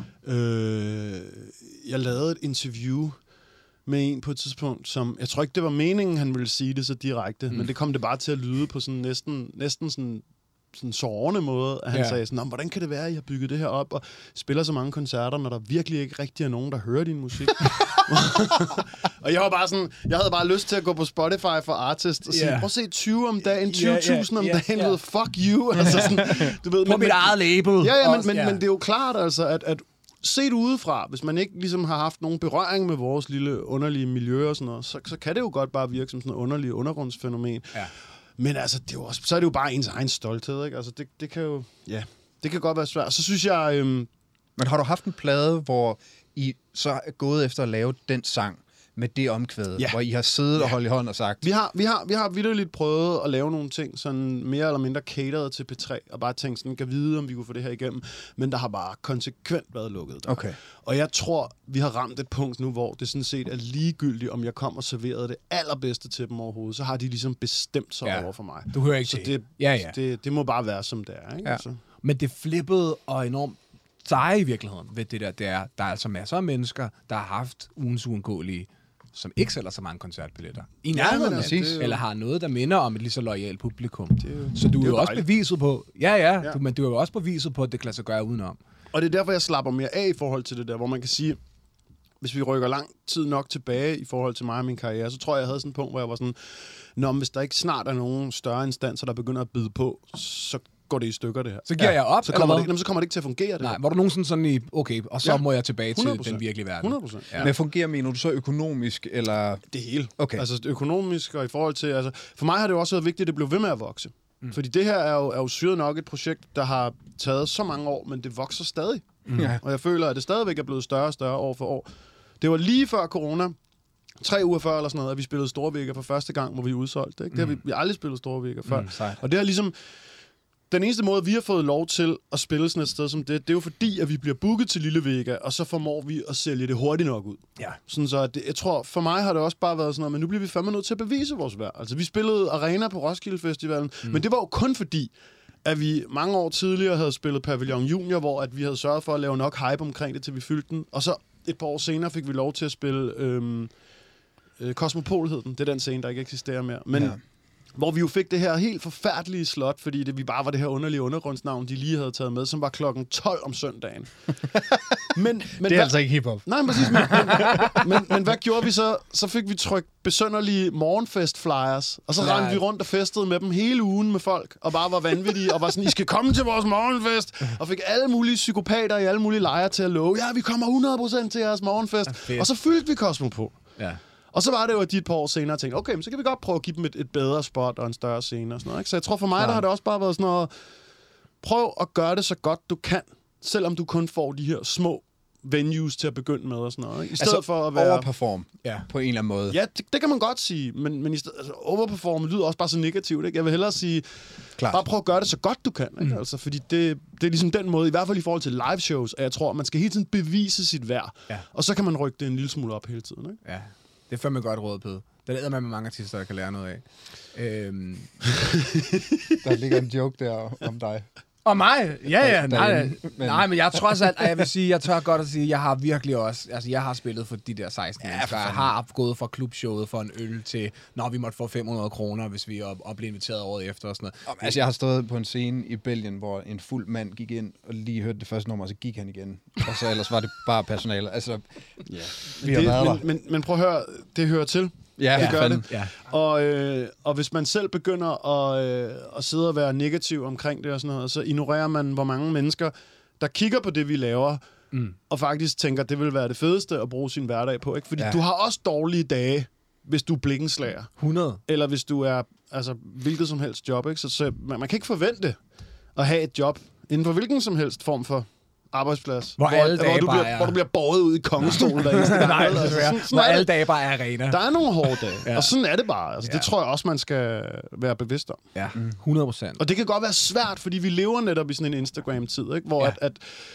Øh, jeg lavede et interview med en på et tidspunkt, som... Jeg tror ikke, det var meningen, han ville sige det så direkte, mm. men det kom det bare til at lyde på sådan næsten, næsten sådan... sådan sårende måde, at han ja. sagde sådan, hvordan kan det være, at I har bygget det her op, og spiller så mange koncerter, når der virkelig ikke rigtig er nogen, der hører din musik. Og jeg var bare sådan, jeg havde bare lyst til at gå på Spotify for artist og sige, yeah. prøv at se tyve om dagen, tyve tusind yeah, yeah, om dagen, yeah. ved, fuck you. Altså sådan, du ved, på men, mit eget label. Ja, ja, men, men, yeah. men det er jo klart, altså, at, at set udefra, hvis man ikke ligesom har haft nogen berøring med vores lille underlige miljø og sådan noget, så, så kan det jo godt bare virke som sådan et underligt undergrundsfænomen. Ja. Men altså, det er jo også, så er det jo bare ens egen stolthed, ikke? Altså, det, det kan jo... Ja, det kan godt være svært. Så synes jeg... Øhm, Men har du haft en plade, hvor I så er gået efter at lave den sang med det omkvæd, ja. hvor I har siddet ja. og holdt i hånd og sagt... Vi har, vi har, vi har vitterligt prøvet at lave nogle ting, sådan mere eller mindre catered til P tre, og bare tænkt sådan, kan vide, om vi kunne få det her igennem. Men der har bare konsekvent været lukket der. Okay. Og jeg tror, vi har ramt et punkt nu, hvor det sådan set er ligegyldigt, om jeg kom og serverede det allerbedste til dem overhovedet. Så har de ligesom bestemt sig ja. over for mig. Du hører ikke så det. Det, ja, ja. Det, det må bare være, som det er. Ikke? Ja. Så. Men det flippede og enormt seje i virkeligheden ved det der, det er, der er altså masser af mennesker, der har haft ugens uundgåelige, som ikke sælger så mange koncertbilletter. I nærheden ja, af, eller har noget, der minder om et lige så loyalt publikum. Det er jo, så du er jo også beviset på, ja, ja, ja. Du, men du er jo også beviset på, at det kan lade sig gøre udenom. Og det er derfor, jeg slapper mere af i forhold til det der, hvor man kan sige, hvis vi rykker lang tid nok tilbage i forhold til mig og min karriere, så tror jeg, jeg havde sådan et punkt, hvor jeg var sådan, nå, men hvis der ikke snart er nogen større instanser, der begynder at bide på, så går det i stykker, det her. Så giver ja. jeg op, så kommer, det, jamen, så kommer det ikke til at fungere, det Nej, her. var du nogensinde sådan i, okay, og så ja. må jeg tilbage til hundrede procent den virkelige verden? hundrede procent Ja. Men fungerer, mener du så økonomisk, eller? Det hele. Okay. Altså økonomisk og i forhold til, altså, for mig har det jo også været vigtigt, at det blev ved med at vokse. Mm. Fordi det her er jo, er jo syret nok et projekt, der har taget så mange år, men det vokser stadig. Mm. Ja. Og jeg føler, at det stadigvæk er blevet større og større år for år. Det var lige før corona, tre uger før eller sådan noget, at vi spillede Storvika for første gang, hvor vi udsolgte. Ikke? Det har vi, vi har aldrig spillet Storvika før. Mm, og det er ligesom... Den eneste måde, vi har fået lov til at spille sådan et sted som det, det er jo fordi, at vi bliver booket til Lille Vega, og så formår vi at sælge det hurtigt nok ud. Ja. Sådan så, at det, jeg tror, for mig har det også bare været sådan noget, men nu bliver vi fandme nødt til at bevise vores værd. Altså, vi spillede Arena på Roskilde Festivalen, mm. men det var jo kun fordi, at vi mange år tidligere havde spillet Pavillon Junior, hvor at vi havde sørget for at lave nok hype omkring det, til vi fyldte den. Og så et par år senere fik vi lov til at spille øhm, øh, Cosmopol hed den. Det er den scene, der ikke eksisterer mere. Men... Ja. Hvor vi jo fik det her helt forfærdelige slot, fordi det, vi bare var det her underlige undergrundsnavn, de lige havde taget med, som var klokken tolv om søndagen. men, men det er hvad, altså ikke hiphop. Nej, præcis. Men, men, men, men hvad gjorde vi så? Så fik vi trykt besønderlige morgenfest-flyers, og så Nej. rendte vi rundt og festede med dem hele ugen med folk, og bare var vanvittige, og var sådan, I skal komme til vores morgenfest, og fik alle mulige psykopater i alle mulige lejre til at love, ja, vi kommer hundrede procent til jeres morgenfest, og så fyldte vi Cosmopol. Ja. Og så var det jo, at de et par år senere tænkte, okay, men så kan vi godt prøve at give dem et, et bedre spot og en større scene og sådan noget. Ikke? Så jeg tror for mig, ja. der har det også bare været sådan noget, prøv at gøre det så godt du kan, selvom du kun får de her små venues til at begynde med og sådan noget. Ikke? I stedet altså, for at være... overperform ja. på en eller anden måde. Ja, det, det kan man godt sige, men, men i stedet, altså, overperform lyder også bare så negativt. Ikke? Jeg vil hellere sige, Klart. bare prøv at gøre det så godt du kan. Ikke? Mm. Altså, fordi det, det er ligesom den måde, i hvert fald i forhold til live shows, at jeg tror, at man skal hele tiden bevise sit værd. Ja. Og så kan man rykke det en lille smule op hele tiden. Ikke? Ja. Det er fandme godt råd, Pede. Det er med mange artister, der kan lære noget af. Øhm. Der ligger en joke der om dig. Og mig? Ja, ja. Nej, nej, men... nej, men jeg tror også, at jeg vil sige, jeg tør godt at sige, at jeg har virkelig også, altså jeg har spillet for de der seksten ja, mennesker. Jeg har gået fra klubshowet for en øl til, når vi måtte få fem hundrede kroner, hvis vi op, op blev inviteret året efter og sådan noget. Altså jeg har stået på en scene i Belgien, hvor en fuld mand gik ind og lige hørte det første nummer, og så gik han igen. Og så ellers var det bare personale. Altså, ja. vi har det, været men, der. Men, men prøv at høre, det hører til. Ja, det gør fanden. det. Ja. Og, øh, og hvis man selv begynder at, øh, at sidde og være negativ omkring det og sådan noget, så ignorerer man, hvor mange mennesker, der kigger på det, vi laver, mm. og faktisk tænker, det vil være det fedeste at bruge sin hverdag på. Ikke? Fordi ja. du har også dårlige dage, hvis du er blikkenslager. hundrede Eller hvis du er altså, hvilket som helst job. Ikke? Så, så man, man kan ikke forvente at have et job inden for hvilken som helst form for arbejdsplads, hvor, hvor, alle hvor, du bliver, er... hvor du bliver båret ud i kongestolen der eneste gang. Nej, altså, sådan, hvor alle dage bare er arena. Der er nogle hårde dage, ja. og sådan er det bare. Altså, ja. Det tror jeg også, man skal være bevidst om. Ja, hundrede procent. Og det kan godt være svært, fordi vi lever netop i sådan en Instagram-tid, ikke? Hvor ja. at, at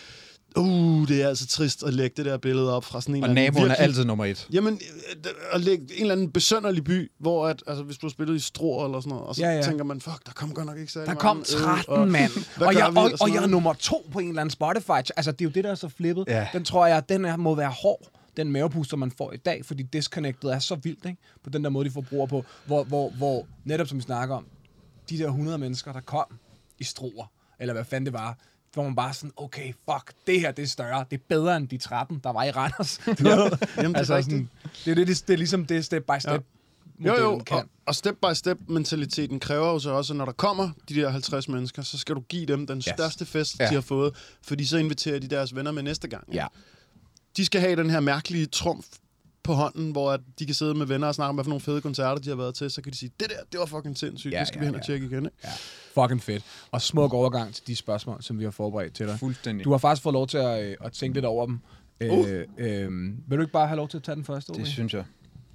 Uh, det er altså trist at lægge det der billede op fra sådan en og eller anden... Og naboen virkelig, er altid nummer et. Jamen, at lægge en eller anden besønderlig by, hvor at, altså, hvis du har spillet i Struer eller sådan noget, og så ja, ja. tænker man, fuck, der kom godt nok ikke særlig Der kom tretten mand, og, og, jeg, og, og, og jeg er nummer to på en eller anden Spotify. Altså, det er jo det, der er så flippet. Ja. Den tror jeg, den er, må være hård, den mavepuster, man får i dag, fordi disconnectet er så vildt, ikke? På den der måde, de får bruger på, hvor, hvor, hvor netop som vi snakker om, de der hundrede mennesker, der kom i Struer, eller hvad fanden det var, hvor man bare sådan, okay, fuck, det her, det er større. Det er bedre end de tretten, der var i Randers. Jamen, altså, det, sådan, det, det, det, det er ligesom det step by step. Ja. Jo, jo, kan. Og, og step by step mentaliteten kræver jo så også, at når der kommer de der halvtreds mennesker, så skal du give dem den yes. største fest, ja. de har fået, fordi så inviterer de deres venner med næste gang. Ja. De skal have den her mærkelige trumf på hånden, hvor at de kan sidde med venner og snakke om, hvad for nogle fede koncerter de har været til, så kan de sige, det der, det var fucking sindssygt, ja, det skal ja, vi hen og tjekke ja. igen. Ikke? Ja. Fucking fedt. Og smuk overgang til de spørgsmål, som vi har forberedt til dig. Fuldstændig. Du har faktisk fået lov til at, at tænke lidt over dem. Uh. Øh, øh, vil du ikke bare have lov til at tage den første? Det Ove? synes jeg.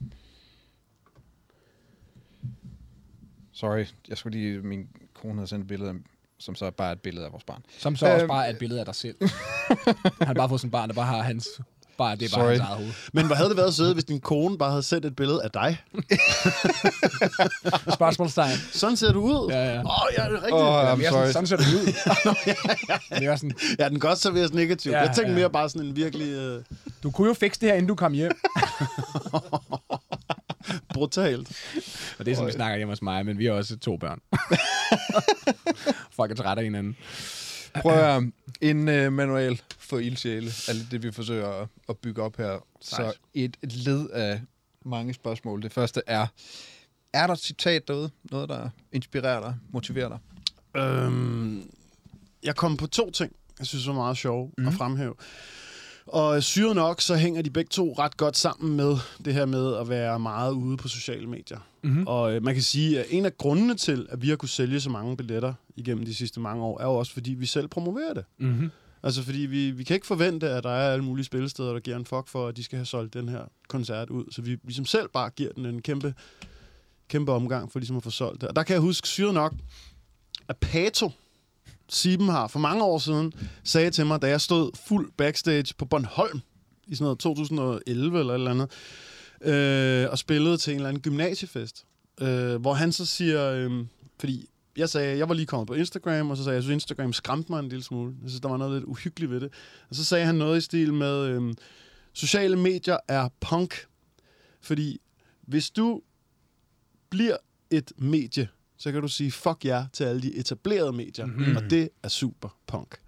Sorry, jeg skulle lige, min kone havde sendt et billede, som så er bare et billede af vores barn. Som så øhm. også bare er et billede af dig selv. Han har bare fået sådan et barn, der bare har hans... Bare, det er bare Sorry. hans eget hoved. Men hvad havde det været sødt, hvis din kone bare havde sendt et billede af dig? Spørgsmålstegn. Sådan ser du ud. Ja, ja. Åh, oh, ja, det er rigtigt. Oh, I'm sorry. Sådan, sådan ser du ud. Det er sådan... Ja, den kan godt serveres negativt. Ja, jeg tænkte ja. mere bare sådan en virkelig... Uh... Du kunne jo fikse det her, inden du kom hjem. Brutalt. Og det er som vi snakker hjemme hos mig, men vi har også to børn. Folk er trætte af hinanden. Prøv at en uh, manual for ildsjæle, alt det, vi forsøger at, at bygge op her. Så et, et led af mange spørgsmål. Det første er, er der et citat derude? Noget, der inspirerer dig, motiverer dig? Øhm, jeg kom på to ting, jeg synes var meget sjove mm. at fremhæve. Og syret nok, så hænger de begge to ret godt sammen med det her med at være meget ude på sociale medier. Mm-hmm. Og øh, man kan sige, at en af grundene til, at vi har kunnet sælge så mange billetter igennem de sidste mange år, er jo også, fordi vi selv promoverer det. Mm-hmm. Altså, fordi vi, vi kan ikke forvente, at der er alle mulige spillesteder, der giver en fuck for, at de skal have solgt den her koncert ud. Så vi ligesom selv bare giver den en kæmpe, kæmpe omgang for ligesom at få solgt det. Og der kan jeg huske syret nok, at Pato, Siben har for mange år siden, sagde til mig, da jeg stod fuld backstage på Bornholm i sådan noget to tusind og elleve eller et eller andet, øh, og spillede til en eller anden gymnasiefest, øh, hvor han så siger, øh, fordi jeg sagde, jeg var lige kommet på Instagram, og så sagde jeg, jeg synes, Instagram skræmte mig en lille smule. Jeg synes, der var noget lidt uhyggeligt ved det. Og så sagde han noget i stil med, øh, sociale medier er punk, fordi hvis du bliver et medie, så kan du sige fuck jer til alle de etablerede medier. Mm-hmm. Og det er super punk.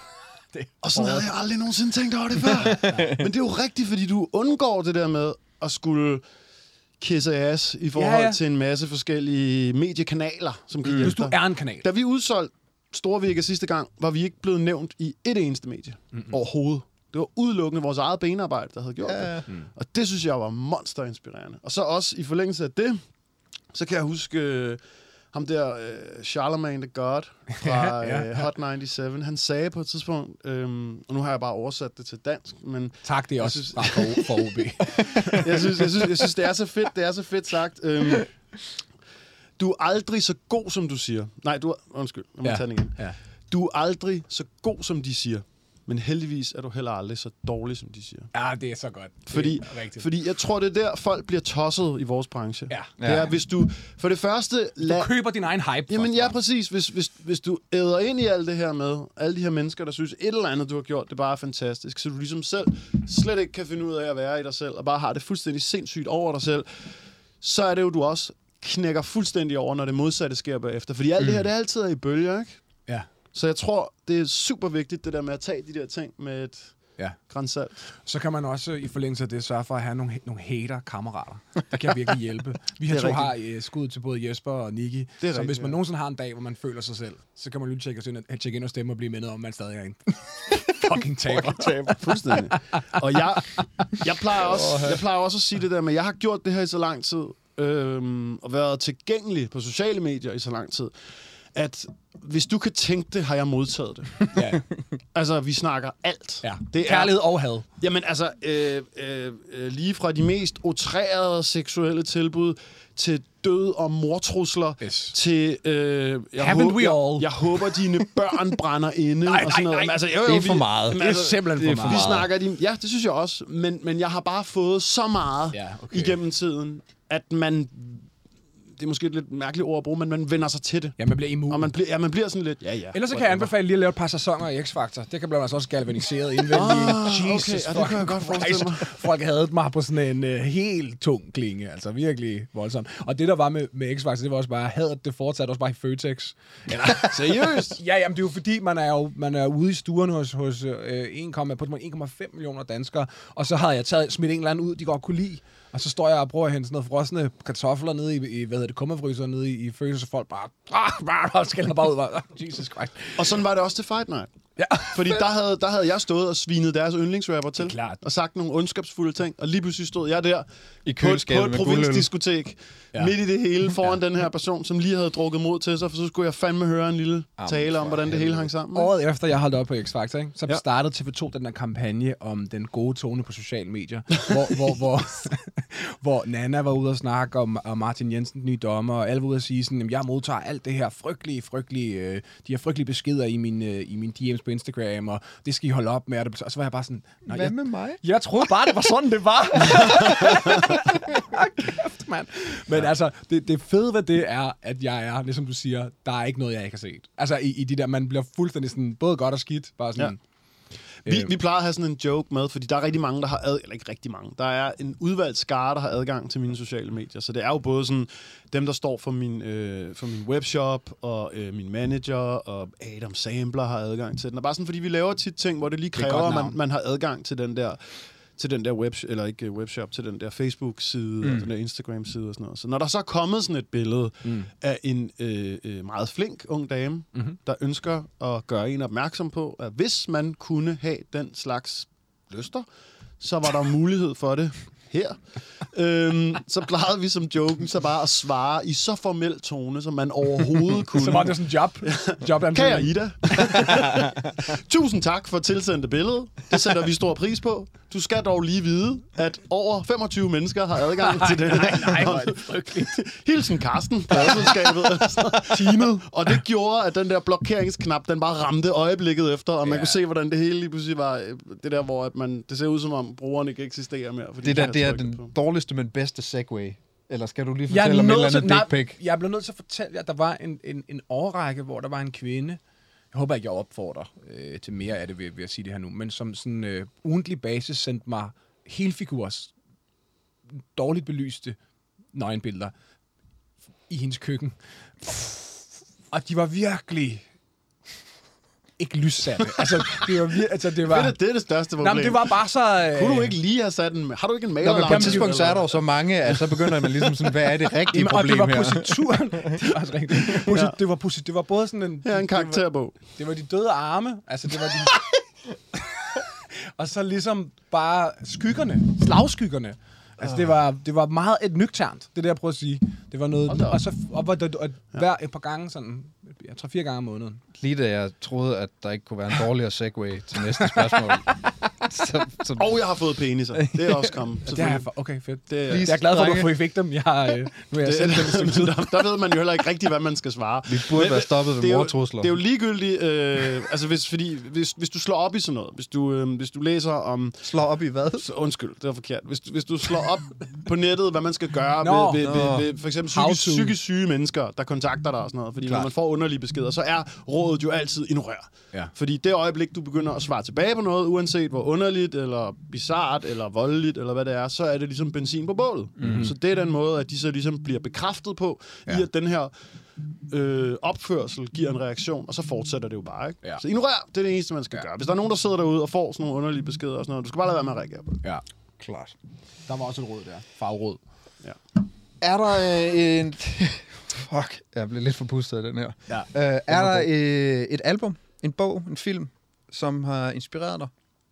det og sådan havde jeg aldrig nogensinde tænkt over det før. Men det er jo rigtigt, fordi du undgår det der med at skulle kisse ass i forhold ja, ja. til en masse forskellige mediekanaler, som kan mm. Hvis du er en kanal. Da vi udsolgte Storvika sidste gang, var vi ikke blevet nævnt i et eneste medie mm-hmm. overhovedet. Det var udelukkende vores eget benarbejde, der havde gjort ja. det. Mm. Og det synes jeg var monsterinspirerende. Og så også i forlængelse af det, så kan jeg huske... Ham der, uh, Charlemagne the God fra ja, ja. Uh, Hot nioghalvfems, han sagde på et tidspunkt, øhm, og nu har jeg bare oversat det til dansk, men... Tak, det er også synes, bare for, for O B. jeg, synes, jeg, synes, jeg synes, det er så fedt, det er så fedt sagt. Øhm, du er aldrig så god, som du siger. Nej, du er... Undskyld, jeg må ja. tage den igen. Ja. Du er aldrig så god, som de siger. Men heldigvis er du heller aldrig så dårlig, som de siger. Ja, det er så godt. Det fordi, fordi jeg tror, det er der, folk bliver tosset i vores branche. Ja. Det er, hvis du... For det første... La- du køber din egen hype. Jamen ja, præcis. Hvis, hvis, hvis du æder ind i alt det her med, alle de her mennesker, der synes, et eller andet, du har gjort, det bare er fantastisk, så du ligesom selv slet ikke kan finde ud af at være i dig selv, og bare har det fuldstændig sindssygt over dig selv, så er det jo, du også knækker fuldstændig over, når det modsatte sker bagefter. Fordi alt mm. det her, det er altid er i bølger, ikke? Ja. Så jeg tror, det er super vigtigt, det der med at tage de der ting med et ja. grænsalt. Så kan man også i forlængelse af det sørge for at have nogle, nogle hater-kammerater. Det kan virkelig hjælpe. Vi har to rigtigt. har uh, skud til både Jesper og Nicky. Så rigtigt, hvis man ja. nogensinde har en dag, hvor man føler sig selv, så kan man lige tjekke ind, tjekke ind og stemme og blive mindet om, at man stadig er en fucking taber. Fucking taber. Fuldstændig. Og jeg, jeg, plejer også, jeg plejer også at sige det der med, jeg har gjort det her i så lang tid, øhm, og været tilgængelig på sociale medier i så lang tid, at hvis du kan tænke det, har jeg modtaget det. Ja. Altså, vi snakker alt. Ja. Det er kærlighed og had. Jamen, altså, øh, øh, lige fra de mest outrerede seksuelle tilbud til død og mordtrusler, yes. til... Øh, jeg, Haven't håber, we all? Jeg, jeg håber, dine børn brænder inde. nej, og sådan nej, noget. nej. Altså, jo, jo, det er for vi, meget. Det er altså, simpelthen det er for meget. Vi snakker de, ja, det synes jeg også. Men, men jeg har bare fået så meget ja, okay. igennem tiden, at man... Det er måske et lidt mærkeligt ord at bruge, men man vender sig til det. Ja, man bliver immun. Og man bliver, ja, man bliver sådan lidt, ja, ja. Ellers så kan jeg anbefale lige at lave et par sæsoner i X-Factor. Det kan blive altså også galvaniseret indvendigt. Oh, Jesus, okay, ja, det kan jeg godt forestille mig. Folk havde mig på sådan en uh, helt tung klinge, altså virkelig voldsomt. Og det, der var med, med X-Factor, det var også bare, hadet det fortsat også bare i Føtex. Seriøst? Ja, jamen det er jo fordi, man er jo man er ude i stuerne hos, hos uh, en komma fem millioner danskere, og så havde jeg taget smidt en eller anden ud, de godt kunne lide. Og så står jeg og prøver at hente sådan noget frosne kartofler nede i, i hvad hedder det, kummerfryser nede i, i Føtex, så folk bare, ah, bare skælder bare ud. Bare, Jesus Christ. Og sådan var det også til Fight Night. Ja. Fordi der havde, der havde jeg stået og svinet deres yndlingsrapper til, klart. og sagt nogle ondskabsfulde ting, og lige pludselig stod jeg der i på, på et provinsdiskotek, ja. midt i det hele, foran ja. den her person, som lige havde drukket mod til sig, for så skulle jeg fandme høre en lille Jamen, tale om, hvordan det hele hang sammen. Ikke? Året efter, jeg holdt op på X-Factor, ikke? Så ja. startede T V to den der kampagne om den gode tone på sociale medier, hvor, hvor, hvor, hvor Nana var ude og snakke om, om Martin Jensen, den nye dommer, og alle var ude at sige sådan, jeg modtager alt det her frygtelige, frygtelige, øh, de her frygtelige beskeder i min, øh, i min D M's på Instagram, og det skal I holde op med. Og så var jeg bare sådan... Hvad jeg, med mig? Jeg troede bare, det var sådan, det var. Kæft, mand. Men ja. altså, det, det fede ved det er, at jeg er, ligesom du siger, der er ikke noget, jeg ikke har set. Altså, i, i de der, man bliver fuldstændig sådan, både godt og skidt, bare sådan... Ja. Vi, vi plejer at have sådan en joke med, fordi der er rigtig mange, der har ad, eller ikke rigtig mange, der er en udvalgt skare, der har adgang til mine sociale medier. Så det er jo både sådan dem, der står for min, øh, for min webshop, og øh, min manager, og Adam Sampler har adgang til den. Og bare sådan, fordi vi laver tit ting, hvor det lige kræver, at man, man har adgang til den der til den der web, eller ikke webshop, til den der Facebook-side, mm. og den der Instagram-side og sådan noget. Så når der så er kommet sådan et billede mm. af en øh, øh, meget flink ung dame, mm-hmm. der ønsker at gøre en opmærksom på, at hvis man kunne have den slags lyster, så var der mulighed for det her. øhm, så plejede vi som joken så bare at svare i så formel tone, som man overhovedet kunne. Så var det sådan en job. job Kære Ida. Tusind tak for tilsendte billede. Det sætter vi stor pris på. Du skal dog lige vide, at over femogtyve mennesker har adgang til det. Nej, nej, nej, det er frygteligt. Hilsen Karsten, pladselskabet, teamet. Og det gjorde, at den der blokeringsknap, den bare ramte øjeblikket efter, og man ja. kunne se, hvordan det hele lige pludselig var det der, hvor at man, det ser ud som om brugeren ikke eksisterer mere. Det der, det er den på. dårligste, men bedste segway. Eller skal du lige fortælle om et eller andet dick pic? Jeg blev nødt til at fortælle jer, at der var en, en, en årrække, hvor der var en kvinde, jeg håber ikke, jeg opfordrer øh, til mere af det, ved, ved at sige det her nu, men som sådan øh, ugentlig basis sendte mig helfigurs, dårligt belyste nøgenbilleder i hendes køkken. Og de var virkelig ikke lyssatte. Altså, det var vir- altså, det var... Det er det største problem. Nej, men det var bare så... Øh... Kunne du ikke lige have sat en... Har du ikke en mail? Nå, men på et tidspunkt, så er der jo så mange, at så begynder man ligesom sådan, hvad er det rigtige Jamen, problem her? Og det var posituren. Det var også rigtigt. Posit- ja. det, var posit- det var både sådan en... Her er en karakterbog. Det var, det var de døde arme. Altså, det var de... og så ligesom bare skyggerne. Slagskyggerne. Altså, det var, det var meget et nøgternt, det der, jeg prøver at sige. Det var noget... Og så og, og, og, og hver et par gange sådan... Jeg tror fire gange om måneden. Lige da jeg troede, at der ikke kunne være en dårligere segue til næste spørgsmål. så, så... Og jeg har fået peniser. Det er også kommet. Ja, det er for, okay, fedt. Det er, jeg er glad for, at du fik dem. Jeg har, øh, nu er jeg selv dem der, der ved man jo heller ikke rigtigt, hvad man skal svare. Vi burde Men, være stoppet ved mordtrusler. Det er jo ligegyldigt, øh, altså hvis, fordi, hvis, hvis du slår op i sådan noget, hvis du, øh, hvis du læser om... Slår op i hvad? Så, undskyld, det var forkert. Hvis, hvis du slår op på nettet, hvad man skal gøre no, ved, ved, no. ved, ved for eksempel psykisk, psykisk syge mennesker, der kontakter dig og sådan noget, fordi Klar. når man får underlige beskeder, så er rådet jo altid ignorere. Ja. Fordi det øjeblik, du begynder at svare tilbage på noget, uanset hvor underligt, eller bizart, eller voldeligt, eller hvad det er, så er det ligesom benzin på bålet. Mm-hmm. Så det er den måde, at de så ligesom bliver bekræftet på, ja. i at den her øh, opførsel giver en reaktion, og så fortsætter det jo bare, ikke? Ja. Så ignorer, det er det eneste, man skal ja. gøre. Hvis der er nogen, der sidder derude og får sådan nogle underlige beskeder og sådan noget, du skal bare lade være med at reagere på det. Ja, klart. Der var også et råd der. Fagråd. Ja. Er der øh, en... Fuck, jeg blev lidt forpustet af den her. Ja. Øh, er der øh, et album, en bog, en film, som har inspireret dig?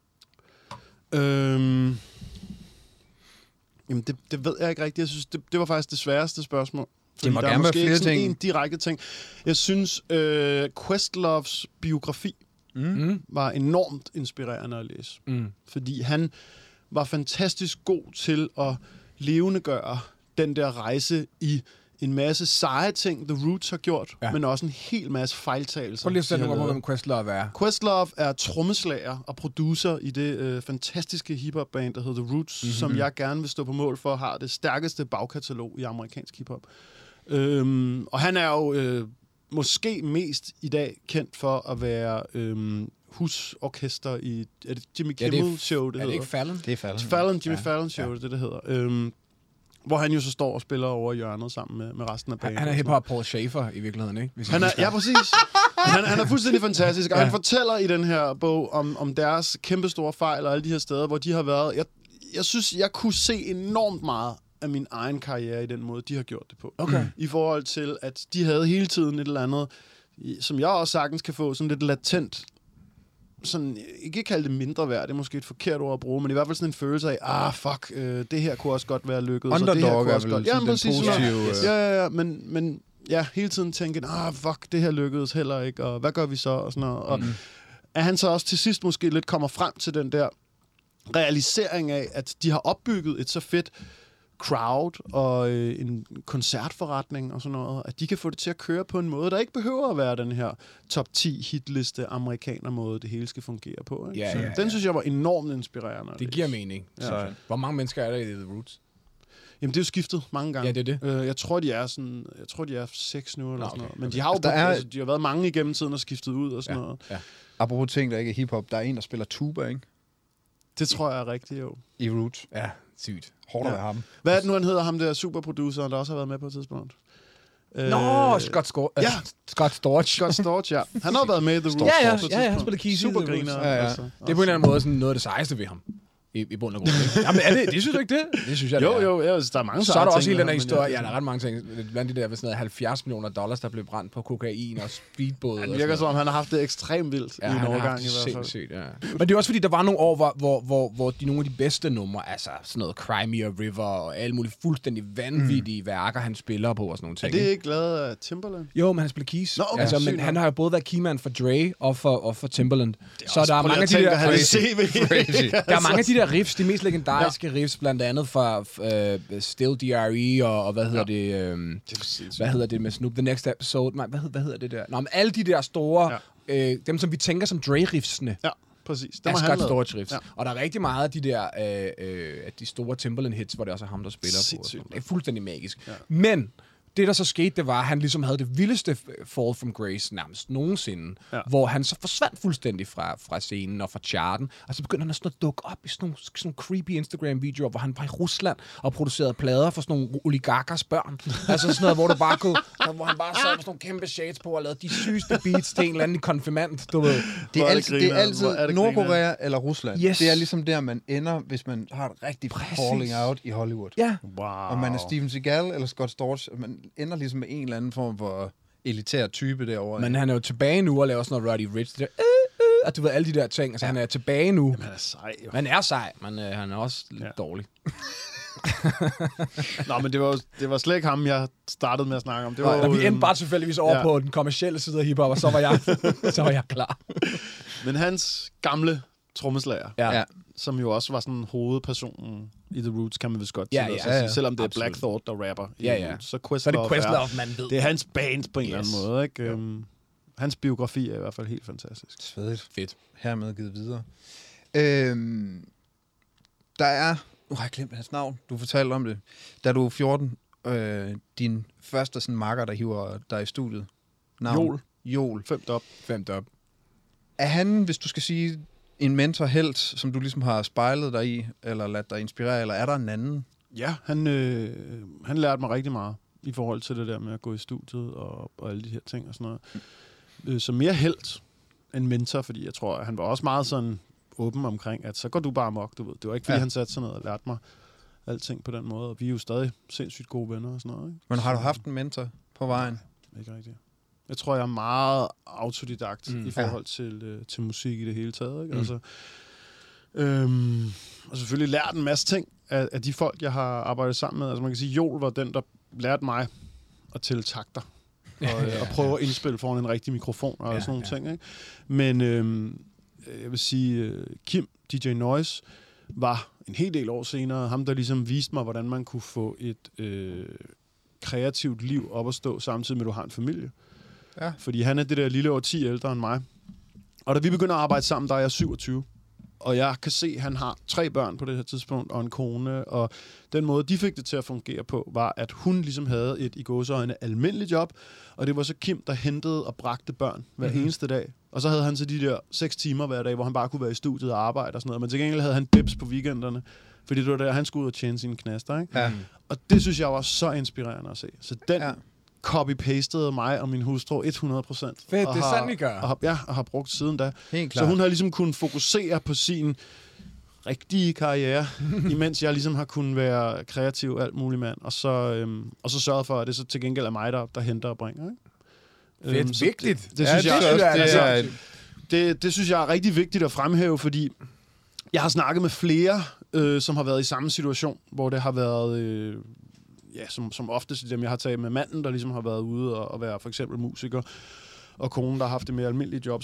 Øhm, jamen, det, det ved jeg ikke rigtigt. Jeg synes, det, det var faktisk det sværeste spørgsmål. Det må gerne være flere ting. En direkte ting. Jeg synes, øh, Questloves biografi mm. var enormt inspirerende at læse. Mm. Fordi han var fantastisk god til at levendegøre den der rejse i en masse seje ting, The Roots har gjort, ja. men også en hel masse fejltagelser. Prøv lige at sætte nogle på, hvem Questlove er. Questlove er trommeslager og producer i det øh, fantastiske hiphop-band, der hedder The Roots, mm-hmm. som jeg gerne vil stå på mål for, har det stærkeste bagkatalog i amerikansk hiphop. Øhm, og han er jo øh, måske mest i dag kendt for at være øh, husorkester i er det Jimmy Kimmel Show, det er hedder. Det ikke Fallon? Det er Fallon. Fallon, Jimmy ja. Fallon Show, ja. det det hedder. Øhm, hvor han jo så står og spiller over hjørnet sammen med, med resten af banen. Han er hiphop Paul Schaefer i virkeligheden, ikke? Hvis han er, ja, præcis. han, han er fuldstændig fantastisk, og ja. han fortæller i den her bog om, om deres kæmpestore fejl og alle de her steder, hvor de har været. Jeg, jeg synes, jeg kunne se enormt meget af min egen karriere i den måde, de har gjort det på. Okay. I forhold til, at de havde hele tiden et eller andet, som jeg også sagtens kan få, sådan lidt latent, sådan, ikke kalde det mindre værd, det er måske et forkert ord at bruge, men i hvert fald sådan en følelse af, ah, fuck, øh, det her kunne også godt være lykket. Underdog så det her kunne er også vel godt. ja, præcis, positive... Yes. Ja, ja, ja, men, men ja, hele tiden tænke, ah, fuck, det her lykkedes heller ikke, og hvad gør vi så, og sådan noget. Og mm. at han så også til sidst måske lidt kommer frem til den der realisering af, at de har opbygget et så fedt crowd og øh, en koncertforretning og sådan noget, at de kan få det til at køre på en måde, der ikke behøver at være den her top ti hitliste amerikaner måde, det hele skal fungere på. Ikke? Ja, så ja, den ja. synes jeg var enormt inspirerende. Det giver mening. Ja. Så, hvor mange mennesker er der i The Roots? Jamen, det er jo skiftet mange gange. Ja, det er det. Øh, jeg tror, de er sådan... Jeg tror, de er seks nu, eller Nå, sådan noget. okay. Men de har jo Der er- altså, de har været mange igennem tiden og skiftet ud og sådan Ja. noget. Ja. Apropos ting, der ikke er hiphop, der er en, der spiller tuba, ikke? Det tror jeg er rigtigt, jo. I Roots. Ja, sygt. Hårdt Ja. at være ham. Hvad er det nu, han hedder, ham der superproduceren, der også har været med på et tidspunkt? Nå, Øh, Scott Score. ja. Scott Storch. Scott Storch, ja. Han har været med i The Roots. Ja, ja, på et ja, ja, han tidspunkt. spiller keys i Super The Roots. griner. Ja, ja. Altså. Det er på en eller anden måde sådan noget af det sejeste ved ham. I, i bund og grund. Ikke? Jamen, er det, det synes du ikke det? Det synes jeg, Jo, det er. jo, ja, der er mange Så er der seje også ting hele den med her ham, men historie. ja. Ja, der er ret mange ting. Blandt de der sådan noget halvfjerds millioner dollars, der blev brændt på kokain og speedbåde. Han og virker sådan som om, han har haft det ekstremt vildt Ja, i en han har overgang haft i det hvert fald. sindssygt, ja. Men det er også fordi, der var nogle år, hvor, hvor, hvor, hvor de nogle af de bedste numre, altså sådan noget Crimea River og alle mulige fuldstændig vanvittige mm. værker, han spiller på og sådan nogle ting. Er det ikke lavet af Timbaland? Jo, men han spiller keys. Nå, okay, altså, men sygt han nok. har jo både været keyman for Dre og for, og for Timbaland. Så Også, der er prøv lige mange af at de tænke der... at have det C V. Crazy. Der er mange af de der riffs, de mest legendariske ja. riffs, blandt andet fra uh, Still D R E og, og hvad hedder Ja. det... Um, Det er sindssygt. hvad hedder det med Snoop? The Next Episode? Nej, hvad, hed- hvad hedder det der? Nå, men alle de der store... Ja. Øh, dem, som vi tænker som Dre-riffsene. Ja, præcis. Det Er var han Scott lavet. Storch riffs. Ja. Og der er rigtig meget af de der øh, øh, af de store Timbaland hits, hvor det også er ham, der spiller på. og sådan Sindssygt. noget. Det er fuldstændig magisk. Ja. Men det, der så skete, det var, at han ligesom havde det vildeste fall from grace nærmest nogensinde, Ja. hvor han så forsvandt fuldstændig fra, fra scenen og fra charten, og så begyndte han at, sådan at dukke op i sådan nogle, sådan nogle creepy Instagram-videoer, hvor han var i Rusland og producerede plader for sådan nogle oligarkers børn. Altså sådan noget, hvor, du bare kunne, hvor han bare sad med sådan nogle kæmpe shades på og lavede de sygeste beats til en eller anden konfirmand, du ved. Det Hvor er, er det altid, det er grineren, hvor er altid det Nordkorea eller Rusland. Yes. Det er ligesom der, man ender, hvis man har et rigtig falling out i Hollywood. Ja. Wow. Om man er Steven Seagal eller Scott Storch, man ender ligesom med en eller anden form for elitær type derovre. Men han er jo tilbage nu og laver sådan noget Roddy Ricch. Det der, øh, øh, og du ved, alle de der ting. Altså, ja. han er tilbage nu. Jamen, han er sej, jo. Man er sej, men øh, han er også lidt Ja. dårlig. Nå, men det var, jo- det var slet ikke ham, jeg startede med at snakke om. Det var Og jo, vi endte øhm, bare tilfældigvis over ja. ja. på den kommercielle side af hiphop, og så var jeg, så var jeg klar. Men hans gamle trommeslager, Ja. Ja. som jo også var sådan hovedpersonen i The Roots, kan man vist godt Ja, tillade ja, sig at sige, ja. selvom det er Absolut. Black Thought, der rapper i Ja, The ja. Roots. Så Så er det Questlove, Questlove, man ved. det er hans band på en yes. eller Yes. anden måde. Ikke? Um, hans biografi er i hvert fald helt fantastisk. Svedigt. Fedt. Hermed givet videre. Øhm, der er... Nu har jeg glemt hans navn. Du fortalte om det. Da du er fjorten, øh, din første sådan makker, der hiver dig i studiet. Navn? Jol. Jol. Femt op. Femt op. Er han, hvis du skal sige, en mentor helt, som du ligesom har spejlet dig i, eller ladt dig inspirere, eller er der en anden? Ja, han, øh, han lærte mig rigtig meget i forhold til det der med at gå i studiet og, og alle de her ting og sådan noget. Øh, så mere helt end mentor, fordi jeg tror, at han var også meget sådan åben omkring, at så går du bare amok, du ved. Det var ikke, fordi Ja. ja. han satte sig ned og lærte mig alting på den måde, og vi er jo stadig sindssygt gode venner og sådan noget. Ikke? Men har du haft en mentor på vejen? Ikke rigtigt. Jeg tror, jeg er meget autodidakt Mm. mm. i forhold til, øh, til musik i det hele taget. Ikke? Mm. Altså, øhm, og selvfølgelig lært en masse ting af, af de folk, jeg har arbejdet sammen med. Altså man kan sige, Jol var den, der lærte mig at tælle takter. Og, ja, og prøve at indspille foran en rigtig mikrofon og Ja, sådan nogle ja. ting. Ikke? Men øhm, jeg vil sige, øh, Kim, D J Noise, var en hel del år senere ham, der ligesom viste mig, hvordan man kunne få et øh, kreativt liv op at stå, samtidig med, at du har en familie. Ja. Fordi han er det der lille år ti ældre end mig. Og da vi begynder at arbejde sammen, der er jeg syvogtyve. Og jeg kan se, at han har tre børn på det her tidspunkt, og en kone. Og den måde, de fik det til at fungere på, var, at hun ligesom havde et i gåseøjne almindeligt job. Og det var så Kim, der hentede og bragte børn hver Mhm. eneste dag. Og så havde han så de der seks timer hver dag, hvor han bare kunne være i studiet og arbejde og sådan noget. Men til gengæld havde han dips på weekenderne. Fordi det var der, han skulle ud og tjene sine knaster, ikke? Ja. Og det synes jeg var så inspirerende at se. Så den Ja. ja. copy-pastede mig og min hustru hundrede procent. Fedt, Og det er har- sådan, I gør. Og har, ja, og har brugt siden da. Helt Så klart. hun har ligesom kunnet fokusere på sin rigtige karriere, imens jeg ligesom har kunnet være kreativ alt muligt mand. Og så, øhm, og så sørget for, at det så til gengæld er mig, der, der henter og bringer. Ikke? Fedt, så vigtigt. Det, det, Ja, synes det jeg, synes jeg også, altså, det er- det, det synes jeg er rigtig vigtigt at fremhæve, fordi jeg har snakket med flere, øh, som har været i samme situation, hvor det har været, øh, ja, som, som oftest dem, jeg har talt med manden, der ligesom har været ude og, og være for eksempel musiker, og konen, der har haft det mere almindelige job, som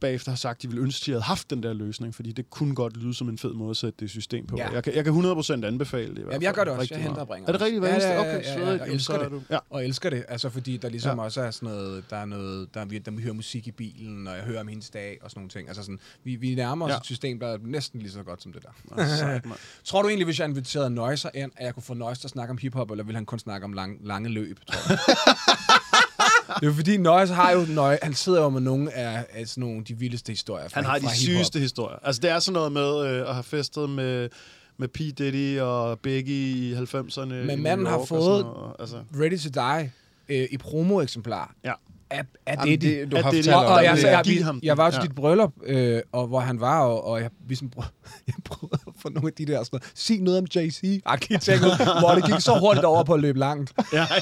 bagefter har sagt, at de ville ønske, at de havde haft den der løsning, fordi det kunne godt lyde som en fed måde at sætte det system på. Ja. Jeg, kan, jeg kan hundrede procent anbefale det. Jamen, jeg gør det også. Jeg henter og bringer. Er det rigtigt? Hvad ja, ja, ja, okay, ja, ja, ja, jeg elsker det. Ja. Og elsker det, altså fordi der ligesom ja. også er sådan noget, der er noget, der, der vi hører musik i bilen, og jeg hører om hendes dag og sådan nogle ting. Altså sådan, vi, vi nærmer os ja. et system, der er næsten lige så godt som det der. Sejt, tror du egentlig, hvis jeg inviterede Noiser ind, at jeg kunne få Noiser til at snakke om hiphop, eller vil han kun snakke om lang, lange løb, tror jeg? Det er jo fordi, Noiser har jo, Nøje, han sidder jo med nogle af, af sådan nogle de vildeste historier fra, han har de sygeste historier. Altså det er sådan noget med øh, at have festet med, med P. Diddy og Biggie i halvfemserne. Men manden har fået og, altså. Ready to Die øh, i promo-eksemplar. Ja. Af, af det, det, du har fortalt og, og jeg, det, jeg, jeg, ham. jeg var også ja. til dit bryllup, øh, og hvor han var, og, og jeg, vi sådan prøvede, jeg prøvede at få nogle af de der sådan noget, sig noget om Jay-Z, hvor det gik så hurtigt over på at løbe langt. Ja, ja.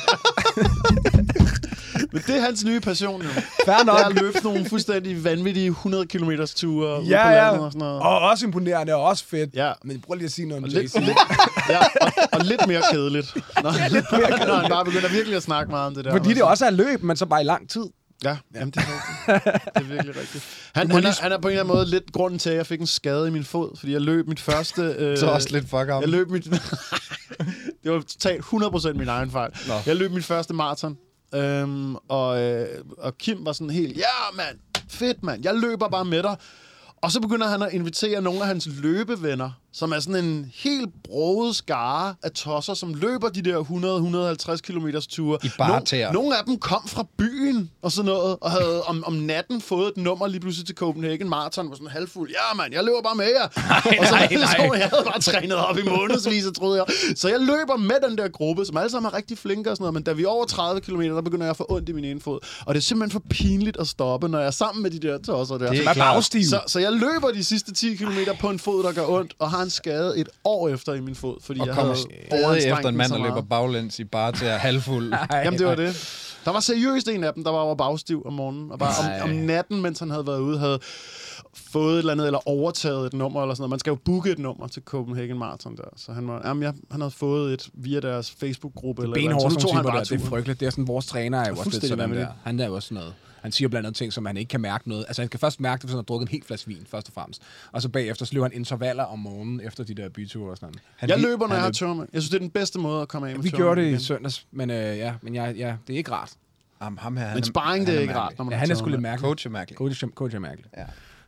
Men det er hans nye passion, jo. Fair nok. Det er at løbe nogle fuldstændig vanvittige hundrede kilometers ture ja, ude på ja. landet og sådan noget. Og også imponerende, og også fedt. Ja. Men prøv lige at sige noget om og Jay-Z. Lidt, ja, og, og lidt mere kedeligt. Når, ja, lidt mere kedeligt. Når han bare begynder virkelig at snakke meget om det der. Fordi det også er løb, men så bare i lang tid. Ja, jamen det er rigtigt. Det er virkelig rigtigt. Han, han, er, han er på en eller anden måde lidt grunden til, at jeg fik en skade i min fod, fordi jeg løb mit første... Øh, så også lidt fuck ham. Jeg løb mit... det var totalt hundrede procent min egen fejl. Nå. Jeg løb mit første maraton, øhm, og, øh, og Kim var sådan helt, ja mand, fedt mand, jeg løber bare med dig. Og så begynder han at invitere nogle af hans løbevenner, som er sådan en helt broget skare af tosser, som løber de der hundrede til hundrede og halvtreds kilometers ture. I barter. No, nogle af dem kom fra byen og sådan noget, og havde om, om natten fået et nummer lige pludselig til Copenhagen Marathon, var sådan halvfuld. Ja, mand, jeg løber bare med jer. Nej, og så, nej, nej. så jeg havde bare trænet op i månedsvis, troede jeg. Så jeg løber med den der gruppe, som alle sammen er rigtig flinke og sådan noget, men da vi er over tredive kilometer, der begynder jeg at få ondt i min ene fod. Og det er simpelthen for pinligt at stoppe, når jeg er sammen med de der tosser der. Det er klart. Så, så jeg løber de sidste ti kilometer på en fod, der gør ondt, og har en skade et år efter i min fod, fordi og jeg kommer havde stadig efter en mand, der løber baglæns i bare til at halvfuld. Jamen, det var det. Der var seriøst en af dem, der var over bagstiv om morgenen, og bare om, om natten, mens han havde været ude, havde fået et eller andet, eller overtaget et nummer, eller sådan noget. Man skal jo booke et nummer til Copenhagen Marathon der. Så han var, jamen, ja, han havde fået et via deres Facebook-gruppe. Eller eller så tog han bare det er frygteligt. Det er sådan, vores træner er jo også lidt sådan der. Han er jo også sådan noget. Han siger blandt andet ting, som han ikke kan mærke noget. Altså, han kan først mærke det, hvis han har drukket en helt flaske vin, først og fremmest. Og så bagefter, så løber han intervaller om morgenen, efter de der byture og sådan noget. Han, jeg løber, når jeg har tørmand. Jeg synes, det er den bedste måde at komme af med Vi gjorde det i søndags, men øh, ja, men ja, ja, det er ikke rart. Ham, ham her, men sparring, det er ikke rart, når man ja, han er sgu lidt mærkelig. Coach er mærkelig. Coach, coach er mærkelig. Ja.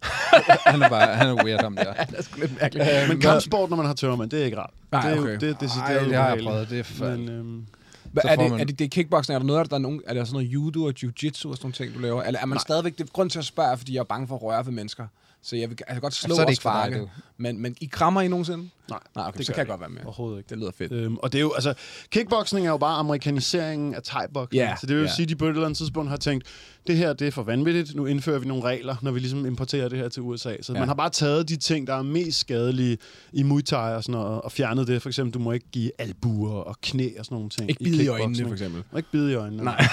han er bare, han er weird ham der. Han er sgu lidt mærkelig. Øh, men kampsport, når man har tørmand, det er ikke rart. Nej, det er okay. jo, det, det, det, Ej, det, det har jeg prøvet, det er for... Men, øhm, er det, man... er det, det kickboxing? Er der noget, er der, nogen, er der sådan noget judo og jiu-jitsu og sådan nogle ting, du laver? Eller er man Nej. stadigvæk... Det er grund til at spørge, fordi jeg er bange for at røre ved mennesker. Så jeg vil altså godt slå og sparke. Men, men I krammer I nogensinde? Nej, Nej okay, det så kan jeg jeg godt være med. Overhovedet ikke. Det lyder fedt. Øhm, og det er jo, altså, kickboxing er jo bare amerikaniseringen af thai-boxing. Yeah, så det vil jo yeah. sige, at de på et eller andet tidspunkt har tænkt, det her, det er for vanvittigt, nu indfører vi nogle regler, når vi ligesom importerer det her til U S A. Så yeah. man har bare taget de ting, der er mest skadelige i Muay Thai og sådan noget, og fjernet det. For eksempel, du må ikke give albuer og knæ og sådan nogle ting. Ikke bide i øjnene, for eksempel. Og ikke bide i øjnene. Nej.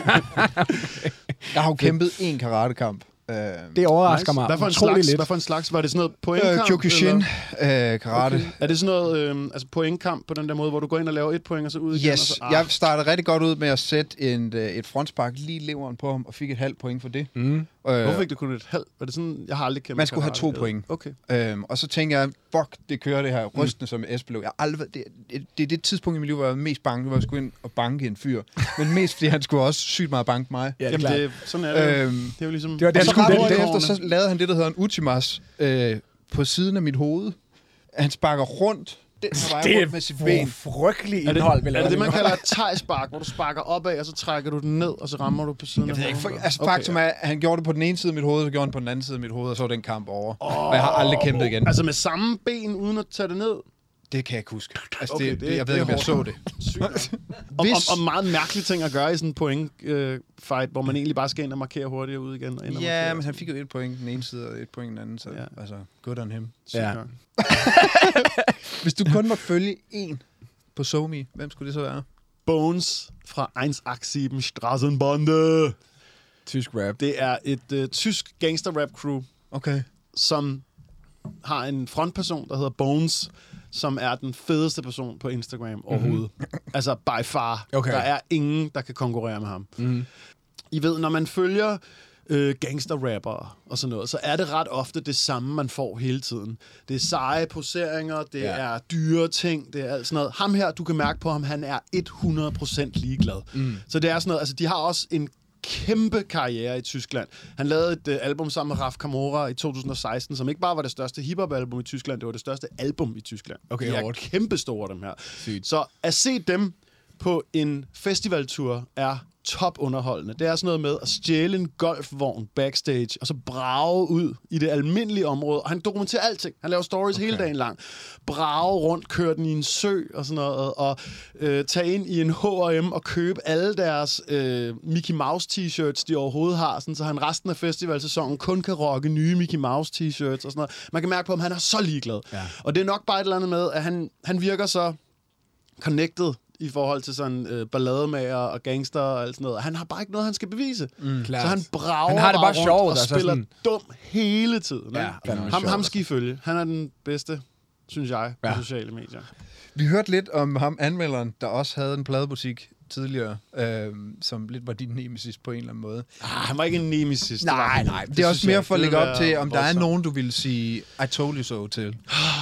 Okay. Jeg har jo kæmpet en karatekamp. Det overrasker nice. mig hvad for en utrolig slags, lidt. Hvad for en slags? Var det sådan noget pointkamp? Øh, Kyokushin, øh, karate. Okay. Er det sådan noget øh, altså pointkamp på den der måde, hvor du går ind og laver et point og så ud igen? Yes, og så, ah. jeg startede rigtig godt ud med at sætte en, et frontspark lige i leveren på ham, og fik et halvt point for det. Mm. Øh, Hvorfor fik du kun et halvt? Var det sådan, jeg har aldrig kæmpet Man skulle karate. have to point. Okay. Øhm, og så tænkte jeg, fuck, det kører det her rystende mm. som Esbjerg. Jeg aldrig, det, det, det er det tidspunkt i mit liv, hvor jeg var mest bange, hvor jeg skulle ind og banke en fyr. Men mest fordi han skulle også sygt meget banke mig. Ja, Jamen, det, sådan er det øhm, Det er jo ligesom... Det var det, så skulle det, derefter så lavede han det, der hedder en Uchimas øh, på siden af mit hoved. Han sparker rundt. Den det rundt med sit ben. Frygtelig indhold. Er det er det, det, man kalder et thai-spark, hvor du sparker opad, og så trækker du den ned, og så rammer du på siden af hovedet? Jeg ved ikke, altså okay, faktum er, at han gjorde det på den ene side af mit hoved, så gjorde han på den anden side af mit hoved, og så var den kamp over. Oh, og jeg har aldrig kæmpet igen. Altså med samme ben, uden at tage det ned? Det kan jeg ikke huske. Altså, okay, det, det, det, jeg ved ikke, om jeg så det. og, og, og meget mærkelige ting at gøre i sådan en point-fight, øh, hvor man egentlig bare skal ind og markere hurtigere ud igen. Og ind og ja, markere. Men han fik jo et point den ene side, og et point den anden, så ja. Altså, good on him. Ja. Hvis du kun må følge en på SoMe, hvem skulle det så være? Bones fra en acht syv Straßenbande. Tysk rap. Det er et øh, tysk gangster-rap-crew, okay. som har en frontperson, der hedder Bones, som er den fedeste person på Instagram overhovedet. Mm-hmm. Altså by far. Okay. Der er ingen, der kan konkurrere med ham. Mm-hmm. I ved, når man følger øh, gangsterrapper og sådan noget, så er det ret ofte det samme, man får hele tiden. Det er seje poseringer, det ja. er dyre ting, det er alt sådan noget. Ham her, du kan mærke på ham, han er hundrede procent ligeglad. Mm. Så det er sådan noget, altså de har også en kæmpe karriere i Tyskland. Han lavede et uh, album sammen med Raf Kamora i to tusind og seksten, som ikke bare var det største hiphop-album i Tyskland, det var det største album i Tyskland. Okay, de er hårdt. Kæmpe store, dem her. Sygt. Så at se dem på en festivaltur er topunderholdende. Det er sådan noget med at stjæle en golfvogn backstage, og så brage ud i det almindelige område. Og han dokumenterer alting. Han laver stories okay. hele dagen lang. Brage rundt, køre den i en sø og sådan noget, og øh, tage ind i en H og M og købe alle deres øh, Mickey Mouse t-shirts, de overhovedet har, sådan, så han resten af festivalsæsonen kun kan rocke nye Mickey Mouse t-shirts og sådan noget. Man kan mærke på, at han er så ligeglad. Ja. Og det er nok bare et eller andet med, at han, han virker så connected i forhold til sådan øh, ballademager og gangster og alt sådan noget. Han har bare ikke noget, han skal bevise. Mm, så han brager han har det bare sjovt, og spiller sådan dum hele tiden. Ja, ham, sjovt, ham skal I følge. Han er den bedste, synes jeg, på ja. sociale medier. Vi hørte lidt om ham, anmelderen, der også havde en pladebutik tidligere, øh, som lidt var din nemesis på en eller anden måde. Ah, han var ikke en nemesis. Nej, det nej. Det, det er også mere for at lægge op til, om der er nogen, du vil sige, I told you so til.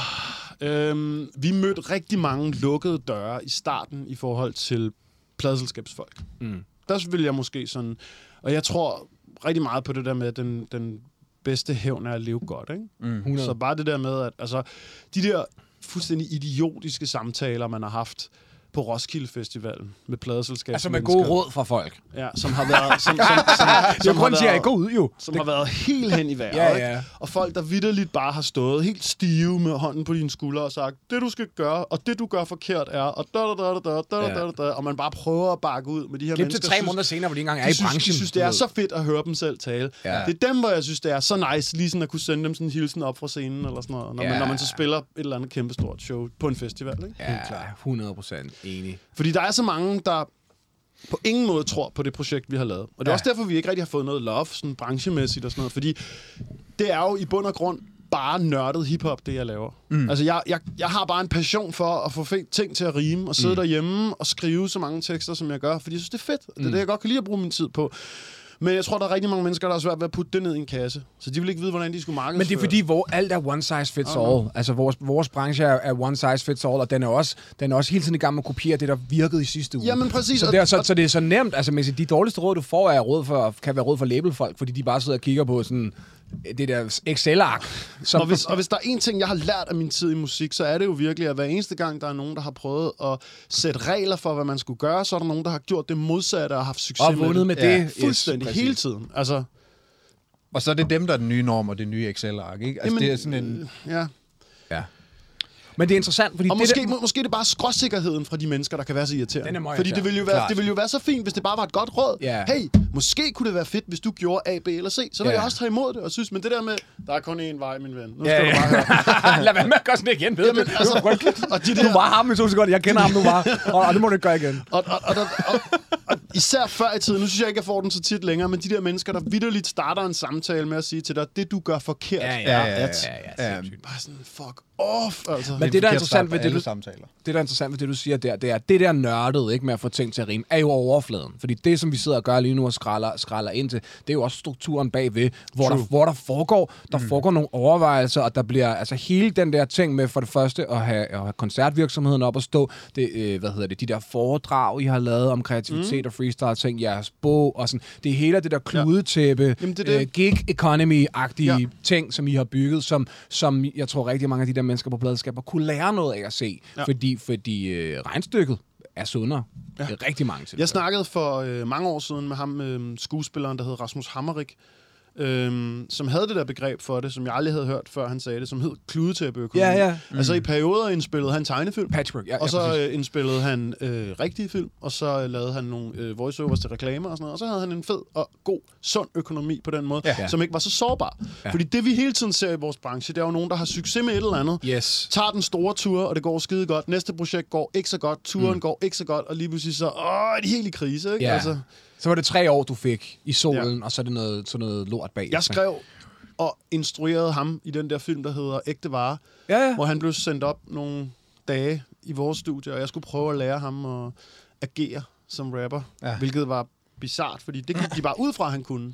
Øhm, vi mødte rigtig mange lukkede døre i starten i forhold til pladeselskabsfolk. Mm. Der vil jeg måske sådan... Og jeg tror rigtig meget på det der med, den, den bedste hævn er at leve godt, ikke? Mm. Så bare det der med, at altså, de der fuldstændig idiotiske samtaler, man har haft på Roskilde Festivalen med pladeselskabsmennesker. Altså med gode råd fra folk. Ja, som har været... Som, som, som, som, som har været, gå ud, jo. Som det... har været helt hen i vejret. Ja, ja. Og folk, der vitterligt bare har stået helt stive med hånden på dine skuldre og sagt, det du skal gøre, og det du gør forkert er, og da da da da da da da da, og man bare prøver at bakke ud med de her Glip mennesker. Til tre måneder senere, hvor de ikke engang er i branchen. Jeg synes, det er så fedt at høre dem selv tale. Ja. Det er dem, hvor jeg synes, det er så nice, lige sådan at kunne sende dem sådan en hilsen op fra scenen, eller sådan noget, når, ja. man, når man så spiller et eller andet kæmpestort show på en festival. Ikke? Ja, hundrede procent enig. Fordi der er så mange, der på ingen måde tror på det projekt, vi har lavet. Og det er ja. også derfor, vi ikke rigtig har fået noget love, sådan branchemæssigt og sådan noget. Fordi det er jo i bund og grund bare nørdet hiphop, det jeg laver. Mm. Altså, jeg, jeg, jeg har bare en passion for at få ting til at rime, og sidde mm. derhjemme og skrive så mange tekster, som jeg gør. Fordi jeg synes, det er fedt. Mm. Det er det, jeg godt kan lide at bruge min tid på. Men jeg tror, der er rigtig mange mennesker, der er svært ved at putte det ned i en kasse. Så de vil ikke vide, hvordan de skulle markedsføre. Men det er fordi, hvor alt er one size fits all. Okay. Altså, vores, vores branche er, er one size fits all, og den er, også, den er også hele tiden i gang med at kopiere det, der virkede i sidste uge. Jamen præcis. Så det er så, så, det er så nemt. Altså, men de dårligste råd, du får, er råd for, kan være råd for labelfolk, fordi de bare sidder og kigger på sådan det der Excel-ark. Som og, hvis, og hvis der er en ting, jeg har lært af min tid i musik, så er det jo virkelig, at hver eneste gang, der er nogen, der har prøvet at sætte regler for, hvad man skulle gøre, så er der nogen, der har gjort det modsatte og haft succes og vundet med det. Med det. Ja, fuldstændig, yes, hele tiden. Altså. Og så er det dem, der er den nye norm og det nye Excel-ark, ikke? Altså, jamen, det er sådan en... Ja. Ja. Men det er interessant, fordi... Og det måske, der... må, måske er det bare skråsikkerheden fra de mennesker, der kan være så irriterende. Fordi det ville, jo være, Klart. det ville jo være så fint, hvis det bare var et godt råd. Yeah. Hey, måske kunne det være fedt, hvis du gjorde A, B eller C. Så vil yeah. jeg også tage imod det og synes, men det der med, der er kun én vej, min ven. Nu skal yeah, du bare høre. Lad være med at gøre sådan igen, ved Jamen, det. Altså, og de der... Du var ham i to sekunder, jeg kender ham nu bare. Og, og det må du ikke gøre igen. Og, og, og, og, og, og især før i tiden, nu synes jeg ikke, jeg får den så tit længere, men de der mennesker, der vitterligt starter en samtale med at sige til dig, det du gør forkert ja, ja, er ja, at... Ja, ja, ja, bare sådan, fuck off, altså. Men det, der er interessant ved det, du, det, der er interessant ved det, du siger der, det er, det der nørdede, ikke, med at få ting til at rime, er jo overfladen. Fordi det, som vi sidder og gør lige nu og skralder, skralder ind til, det er jo også strukturen bagved, hvor, der, hvor der foregår, der mm. foregår nogle overvejelser, og der bliver altså hele den der ting med for det første at have, at have koncertvirksomheden op at stå, det, øh, hvad hedder det, de der foredrag, I har lavet om kreativitet mm. og freestyle ting, jeres bog og sådan, det er hele det der kludetæppe, ja. Jamen, det det. Øh, gig economy-agtige ja. ting, som I har bygget, som, som jeg tror rigtig mange af de der mennesker på pladeskaber kunne lære noget af at se, ja. fordi, fordi øh, regnstykket er sundere. Ja. Det er rigtig mange tilfælde. Jeg snakkede for øh, mange år siden med ham, øh, skuespilleren, der hed Rasmus Hammerik, Øhm, som havde det der begreb for det, som jeg aldrig havde hørt, før han sagde det, som hed kludetæppeøkonomi. Ja, ja. Mm. Altså i perioder indspillede han tegnefilm, Patchwork, ja, og så ja, øh, indspillede han øh, rigtige film, og så øh, lavede han nogle øh, voiceovers til reklamer og sådan noget, og så havde han en fed og god, sund økonomi på den måde, ja. som ikke var så sårbar. Ja. Fordi det vi hele tiden ser i vores branche, det er jo nogen, der har succes med et eller andet, yes. tager den store tur, og det går skide godt. Næste projekt går ikke så godt, turen mm. går ikke så godt, og lige pludselig så, åh, er de helt i krise, ikke? Ja. Altså. Så var det tre år, du fik i solen, ja. og så er det noget, sådan noget lort bag. Jeg skrev og instruerede ham i den der film, der hedder Ægte Vare, ja, ja. hvor han blev sendt op nogle dage i vores studie, og jeg skulle prøve at lære ham at agere som rapper, ja. hvilket var bizart, fordi det gik de bare ud fra, han kunne.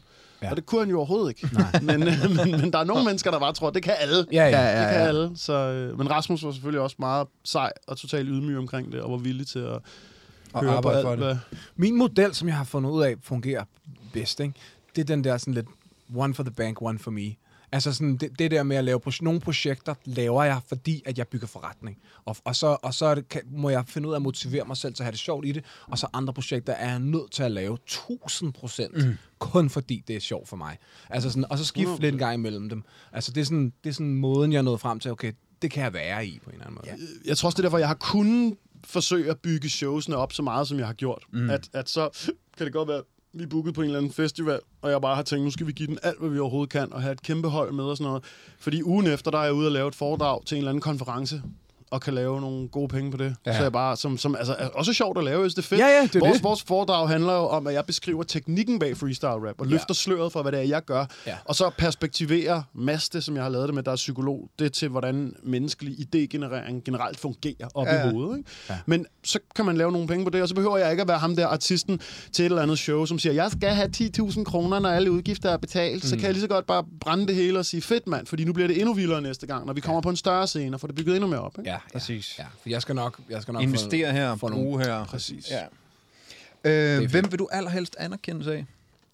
Ja. Og det kunne han jo overhovedet ikke. men, men, men der er nogle mennesker, der bare tror, at det kan alle. Ja, ja, ja, ja, det kan ja. alle. Så, øh, men Rasmus var selvfølgelig også meget sej og totalt ydmyg omkring det, og var villig til at Og høre på alt. for det. Min model, som jeg har fundet ud af, fungerer bedst, ikke? Det er den der sådan lidt one for the bank, one for me. Altså sådan, det, det der med at lave pro- nogle projekter, laver jeg, fordi at jeg bygger forretning. Og, og så, og så er det, kan, må jeg finde ud af at motivere mig selv til at have det sjovt i det. Og så andre projekter er jeg nødt til at lave tusind procent, mm. kun fordi det er sjovt for mig. Altså sådan, og så skifte lidt en gang imellem dem. Altså det er, sådan, det er sådan måden, jeg er nået frem til, okay, det kan jeg være i på en eller anden måde. Ja. Jeg tror også, det er derfor, jeg har kunnet forsøge at bygge showsene op så meget, som jeg har gjort. Mm. At, at så kan det godt være, vi er booket på en eller anden festival, og jeg bare har tænkt, nu skal vi give den alt, hvad vi overhovedet kan, og have et kæmpe hold med og sådan noget. Fordi ugen efter, der er jeg ude og lave et foredrag til en eller anden konference, og kan lave nogle gode penge på det. Ja. Så jeg bare, som, som altså, er også sjovt at lave, hvis det er fedt. Ja, ja, det er vores, det. vores foredrag handler jo om, at jeg beskriver teknikken bag freestyle rap, og Ja. løfter sløret for, hvad det er, jeg gør. Ja. Og så perspektiverer Mads det, som jeg har lavet det med, der er psykolog, det til, hvordan menneskelig idégenerering generelt fungerer op Ja, ja. i hovedet. Ikke? Ja. Men så kan man lave nogle penge på det, og så behøver jeg ikke at være ham der artisten til et eller andet show, som siger, jeg skal have ti tusind kroner, når alle udgifter er betalt. Mm. Så kan jeg lige så godt bare brænde det hele og sige, fedt mand, fordi nu bliver det endnu vildere næste gang, når vi kommer på en større scene og får det bygget endnu mere op. Ikke? Ja, Præcis. Ja, for jeg skal nok, jeg skal nok Investere få, her, få bruge nogle, her. Præcis. Ja. er Øh, fedt. hvem vil du allerhelst anerkendes af?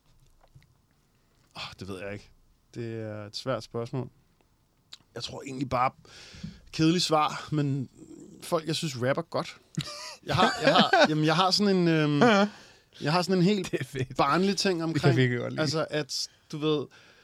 Oh, det ved jeg ikke. Det er et svært spørgsmål. Jeg tror egentlig bare, kedeligt svar, men folk, jeg synes, rapper godt. Jeg har, jeg har, jamen, jeg har sådan en, øhm, jeg har sådan en helt barnlig ting omkring, Det kan jeg virkelig godt lide. altså at, du ved,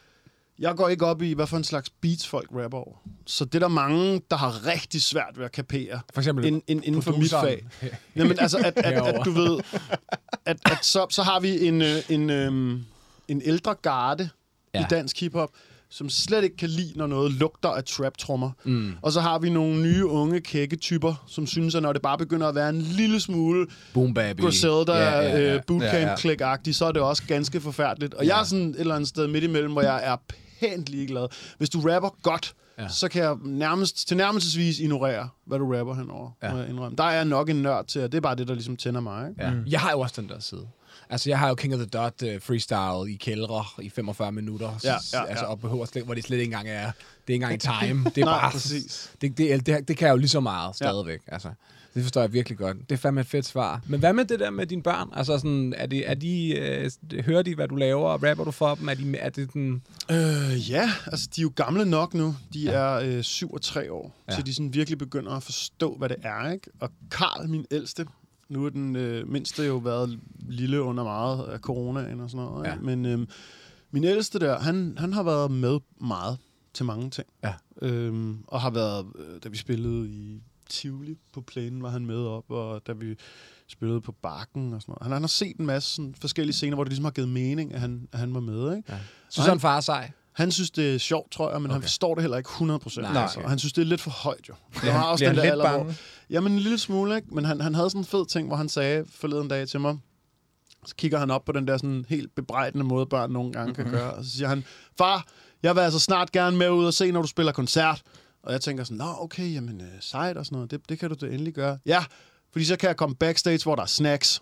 jeg går ikke op i, hvad for en slags beats folk rapper over. Så det er der mange, der har rigtig svært ved at kapere. For eksempel in, in, inden for mit produceren. fag. Jamen altså, at, at, at, at du ved, at, at så, så har vi en, øh, en, øh, en ældre garde ja. i dansk hiphop, som slet ikke kan lide, når noget lugter af trap-trommer. Mm. Og så har vi nogle nye, unge, kække typer, som synes, at når det bare begynder at være en lille smule Boom Baby, Griselda, ja, ja, ja. øh, bootcamp-klik-agtigt, så er det også ganske forfærdeligt. Og ja. jeg er sådan et eller andet sted midt imellem, hvor jeg er pænt ligeglad. Hvis du rapper godt, ja. så kan jeg nærmest, tilnærmelsesvis ignorere, hvad du rapper henover. Ja. Der er jeg nok en nørd til, og det er bare det, der ligesom tænder mig. Ikke? Ja. Mm. Jeg har jo også den der side. Altså, jeg har jo King of the Dot uh, freestyle i kældre i femogfyrre minutter, ja, ja, ja. Altså, og behøver slet, hvor det slet ikke engang er, det er ikke engang i time. Det er Nej, bare, præcis. Det, det, det, det kan jeg jo lige så meget stadigvæk. Ja. Altså, det forstår jeg virkelig godt. Det er fandme et fedt svar. Men hvad med det der med dine børn? Altså, sådan, er de, er de, øh, hører de, hvad du laver, og rapper du for dem? Er, de, er det den... Øh, ja, altså, de er jo gamle nok nu. De ja. er øh, syv og tre år, ja. så de sådan virkelig begynder at forstå, hvad det er, ikke? Og Karl, min ældste, nu er den øh, mindste jo været lille under meget af coronaen og sådan noget. Ja. Men øh, min ældste der, han, han har været med meget til mange ting. Ja. Øhm, og har været, øh, da vi spillede i Tivoli på plænen, var han med op, og da vi spillede på Bakken og sådan noget. Han, han har set en masse sådan, forskellige scener, hvor det ligesom har givet mening, at han, at han var med. Ikke? Ja. Synes han far sej? Han synes, det er sjovt, tror jeg, men okay. han forstår det heller ikke hundrede procent. Nej, altså. Han synes, det er lidt for højt, jo. Ja, har også bliver den han der lidt alder, bange? hvor, jamen, en lille smule, ikke? Men han, han havde sådan en fed ting, hvor han sagde forleden dag til mig, så kigger han op på den der sådan helt bebrejdende måde, børn nogle gange kan gøre, og så siger han, far, jeg vil altså snart gerne med ud og se, når du spiller koncert. Og jeg tænker sådan, nå, okay, jamen, øh, sejt og sådan noget, det, det kan du da endelig gøre. Ja, fordi så kan jeg komme backstage, hvor der er snacks.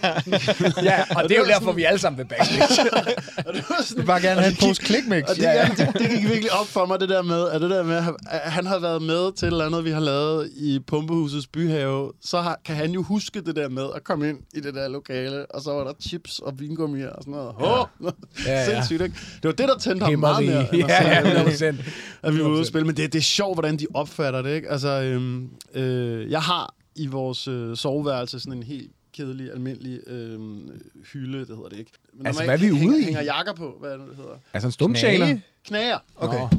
Ja, og det er jo derfor, vi alle sammen vil backstage. Og det var sådan, Du bare gerne have en pose klikmix. Og det, ja, ja. det, det gik virkelig op for mig, det der med, at det der med, at han har været med til et eller andet, vi har lavet i Pumpehusets byhave, så har, kan han jo huske det der med at komme ind i det der lokale, og så var der chips og vingummier og sådan noget. Åh, oh, ja. ja, ja. Sindssygt, ikke? Det var det, der tændte ham meget mere, end ja, ja, at, ja, at vi var ude at spille. Men det, det er sjovt, hvordan de opfatter det, ikke? Altså, øhm, øh, jeg har i vores øh, soveværelse sådan en helt kedelig, almindelig øh, hylde, det hedder det ikke. Men altså, hvad er vi ude hænger, i? hænger jakker på, hvad er det, det hedder? Altså en stumtjener? Knager. Okay.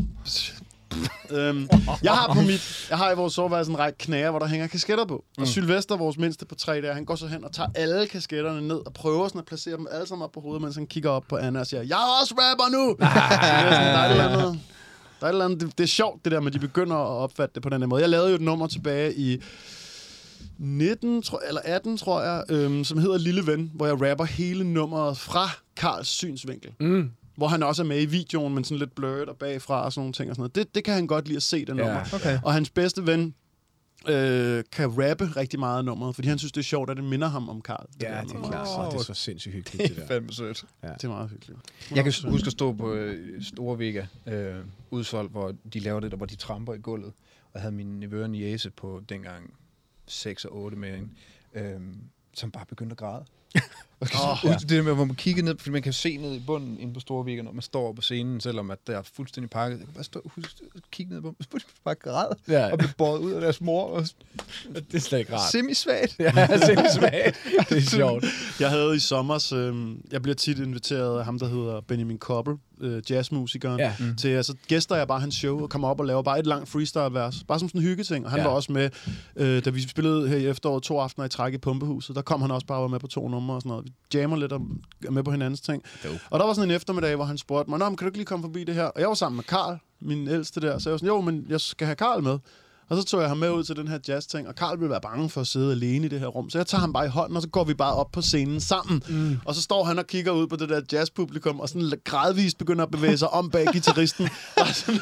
øhm, jeg har på mit, jeg har i vores soveværelse en række knager, hvor der hænger kasketter på. Mm. Og Sylvester, vores mindste på tre der, han går så hen og tager alle kasketterne ned og prøver sådan at placere dem alle sammen op på hovedet, mens han kigger op på Anna og siger, jeg er også rapper nu! Ah, det er sådan, der er et eller andet, der er et eller andet, det, det er sjovt det der med, at de begynder at opfatte det på den her måde. Jeg lavede jo et nummer tilbage i nitten, tror, eller atten, tror jeg, øhm, som hedder Lille Ven, hvor jeg rapper hele nummeret fra Karls synsvinkel. Mm. Hvor han også er med i videoen, men sådan lidt blurret og bagfra og sådan nogle ting og sådan noget. Det, det kan han godt lide at se, den Ja. nummer. Okay. Og hans bedste ven, øh, kan rappe rigtig meget af nummeret, fordi han synes, det er sjovt, at det minder ham om Carl. Ja, det er nummer. klart. Åh, Oh, det er så sindssygt hyggeligt, det der. Fandme sødt. Ja. Det er meget hyggeligt. Jeg kan huske at stå på øh, Store Vega øh, udsolgt, hvor de laver det der, hvor de tramper i gulvet. Og jeg havde min nevø og niece på dengang seks og otte med en, øh, som bare begyndte at græde. Oh, ja. Det der med, hvor man kigger ned, fordi man kan se ned i bunden inde på Store Vega, når man står på scenen, selvom at det er fuldstændig pakket. Jeg kan bare stå og kigge ned på dem, bare græde, ja. og blive båret ud af deres mor. Og det er slet ikke rart. Semi-svagt. Ja, semi-svagt. Det er sjovt. Jeg havde i sommers, øh, jeg bliver tit inviteret af ham, der hedder Benjamin Koppel, øh, jazzmusikeren, ja. mm. til, altså gæster jeg bare hans show og kommer op og laver bare et langt freestyle-vers. Bare som sådan en hyggeting. Og han ja. var også med, øh, da vi spillede her i efteråret to aftener i træk i Pumpehuset, der kom han også bare og var med på to numre og sådan noget. Vi jammer lidt og er med på hinandens ting. Dope. Og der var sådan en eftermiddag, hvor han spurgte mig, nå, men kan du ikke lige komme forbi det her? Og jeg var sammen med Carl, min ældste der, så jeg var sådan, jo, men jeg skal have Carl med. Og så tog jeg ham med ud til den her jazz-ting, og Carl ville være bange for at sidde alene i det her rum. Så jeg tager ham bare i hånden, og så går vi bare op på scenen sammen. Mm. Og så står han og kigger ud på det der jazzpublikum, og sådan gradvist begynder at bevæge sig om bag guitaristen. Og sådan,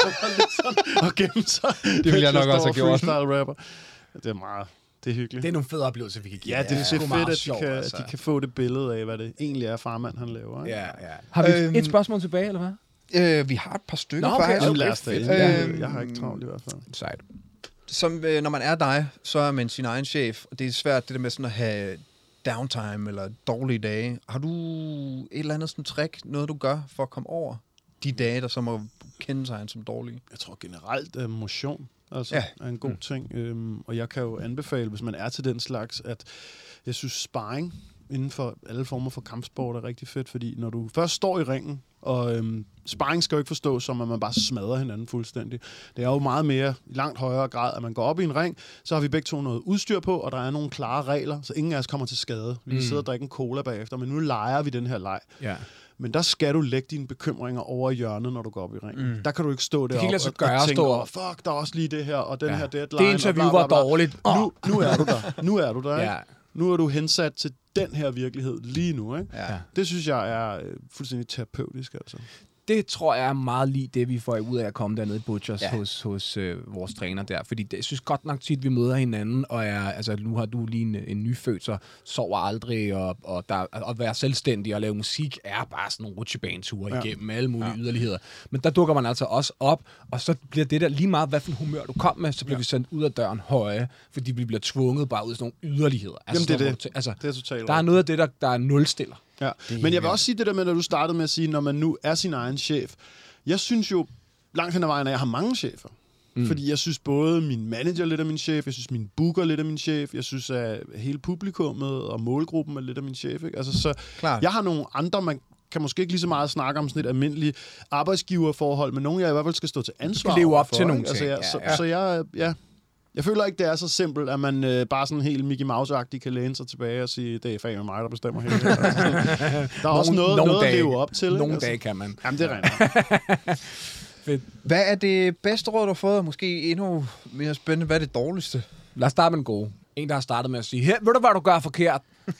og gemme sig. Det vil jeg nok også have gjort. Rapper. Det er meget... Det er hyggeligt. Det er nogle fede oplevelser, vi kan give. Ja, det er, ja, det er fedt, at, sjov, de kan, altså. at de kan få det billede af, hvad det egentlig er, farmand han laver. Ikke? Ja, ja. Har vi øhm, et spørgsmål tilbage, eller hvad? Øh, vi har et par stykker, Nå, okay. faktisk. Jamen, lad os det. Jeg, jeg har ikke travlt i hvert fald. Sejt. Som, øh, når man er dig, så er man sin egen chef, og det er svært det der med sådan at have downtime eller dårlige dage. Har du et eller andet sådan trick, noget du gør for at komme over de dage, der så må kendetegnes som dårlige? Jeg tror generelt, at motion altså, ja. er en god mm. ting. Øhm, og jeg kan jo anbefale, hvis man er til den slags, at jeg synes sparring inden for alle former for kampsport er rigtig fedt, fordi når du først står i ringen, og øhm, sparring skal jo ikke forstås som, at man bare smadrer hinanden fuldstændig. Det er jo meget mere, i langt højere grad, at man går op i en ring, så har vi begge to noget udstyr på, og der er nogle klare regler, så ingen af os kommer til skade. Vi kan mm. sidde og drikke en cola bagefter, men nu leger vi den her leg. Ja. Men der skal du lægge dine bekymringer over i hjørnet, når du går op i ringen. Mm. Der kan du ikke stå deroppe og, og, og tænke, stå fuck, der er også lige det her, og den ja. her deadline. Det interview var dårligt. Oh. Nu, nu er du der. Nu er du der, ikke? Ja. Nu er du hensat til den her virkelighed lige nu, ikke? Ja. Det synes jeg er øh, fuldstændig terapeutisk, altså. Det tror jeg er meget lige det, vi får ud af at komme dernede i Butchers ja. hos, hos øh, vores træner der. Fordi det, jeg synes godt nok tit, vi møder hinanden, og er, altså, nu har du lige en, en nyfødt, så sover aldrig, og, og der, at være selvstændig og lave musik er bare sådan nogle rutsjebaneture ja. igennem alle mulige ja. yderligheder. Men der dukker man altså også op, og så bliver det der lige meget, hvad for en humør du kom med, så bliver ja. vi sendt ud af døren høje, fordi vi bliver tvunget bare ud af sådan nogle yderligheder. Altså, Jamen det er det. Altså, det er totalt. Der er noget af det, der, der er nulstiller. Ja. Men jeg vil også sige det der med, når du startede med at sige, når man nu er sin egen chef. Jeg synes jo langt hen ad vejen, at jeg har mange chefer. Mm. Fordi jeg synes både min manager lidt af min chef, jeg synes min booker lidt af min chef, jeg synes at hele publikummet og målgruppen er lidt af min chef. Ikke? Altså, så Klart. Jeg har nogle andre, man kan måske ikke lige så meget snakke om sådan et almindeligt arbejdsgiverforhold, men nogle jeg i hvert fald skal stå til ansvar skal leve op for, til nogle altså, ting. jeg, Ja, så, ja. så jeg, ja... Jeg føler ikke, det er så simpelt, at man øh, bare sådan helt Mickey Mouse-agtigt kan læne sig tilbage og sige, det er fandme mig, der bestemmer hele det. Altså, der er nogle, også noget, nogle noget dage, at leve op til. Nogle altså. dage kan man. Jamen, det regner. Fedt. Hvad er det bedste råd, du har fået? Måske endnu mere spændende. Hvad er det dårligste? Lad os starte med den gode. En, der har startet med at sige, her, ved du, hvad du gør forkert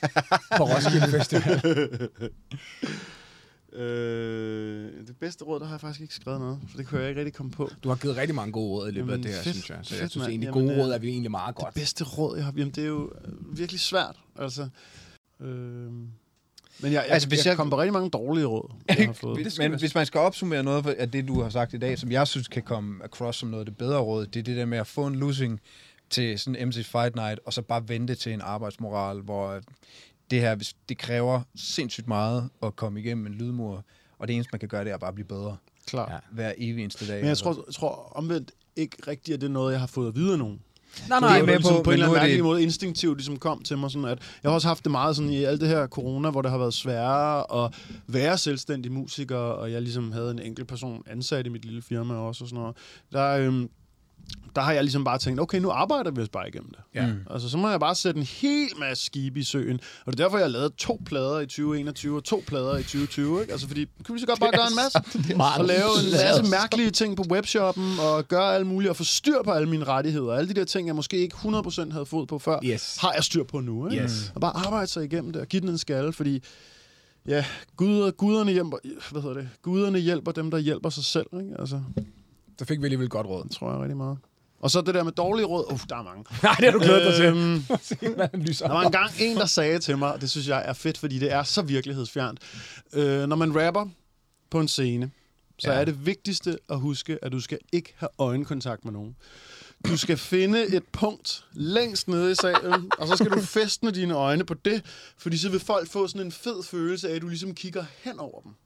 på Roskilde Festival? Øh, det bedste råd, der har jeg faktisk ikke skrevet noget, for det kunne jeg ikke rigtig komme på. Du har givet rigtig mange gode råd i løbet Jamen, af det her, fedt, synes jeg. Så fedt, jeg synes man. egentlig, Jamen, gode råd øh, er vi egentlig meget godt. Det bedste råd, jeg har, jamen det er jo virkelig svært, altså. Øh, men jeg, jeg, Altså, hvis jeg, jeg- jeg kom på rigtig mange dårlige råd, jeg har fået. Men hvis man skal opsummere noget af det, du har sagt i dag, som jeg synes kan komme across som noget af det bedre råd, det er det der med at få en losing til sådan en M C Fight Night, og så bare vente til en arbejdsmoral, hvor det her, hvis det kræver sindssygt meget at komme igennem en lydmur, og det eneste, man kan gøre, det er bare at blive bedre Klar. Ja. hver evig eneste dag. Men jeg tror, jeg tror omvendt ikke rigtigt, at det er noget, jeg har fået at vide af nogen. Nej, Det Det er er med ligesom på, på en men eller nu anden er det- mærkelig måde instinktivt ligesom kom til mig sådan, at jeg har også haft det meget sådan i alt det her corona, hvor det har været sværere at være selvstændig musiker, og jeg ligesom havde en enkelt person ansat i mit lille firma også og sådan noget. Der, øhm, der har jeg ligesom bare tænkt, okay, nu arbejder vi os bare igennem det. Ja. Mm. Altså, så må jeg bare sætte en hel masse skibe i søen. Og det er derfor, jeg har lavet to plader i tyve enogtyve og to plader i tyve tyve. Ikke? Altså, fordi kan vi så godt bare gøre en masse. Og lave en masse mærkelige ting på webshoppen, og gøre alt muligt, og få styr på alle mine rettigheder. Alle de der ting, jeg måske ikke hundrede procent havde fod på før, Yes. har jeg styr på nu. Ikke? Yes. Og bare arbejde sig igennem det, og give den en skalle, fordi ja, guder, guderne, hjælper, hvad hedder det? Guderne hjælper dem, der hjælper sig selv. Ikke? Altså, Så fik vi alligevel et godt råd. det tror jeg rigtig meget. Og så det der med dårlige råd. Uff, der er mange. Nej, det har du glædet dig til. Øhm, der var engang en, der sagde til mig, og det synes jeg er fedt, fordi det er så virkelighedsfjernt. Øh, når man rapper på en scene, så ja. er det vigtigste at huske, at du skal ikke have øjenkontakt med nogen. Du skal finde et punkt længst nede i salen, og så skal du fæstne dine øjne på det, fordi så vil folk få sådan en fed følelse af, at du ligesom kigger hen over dem.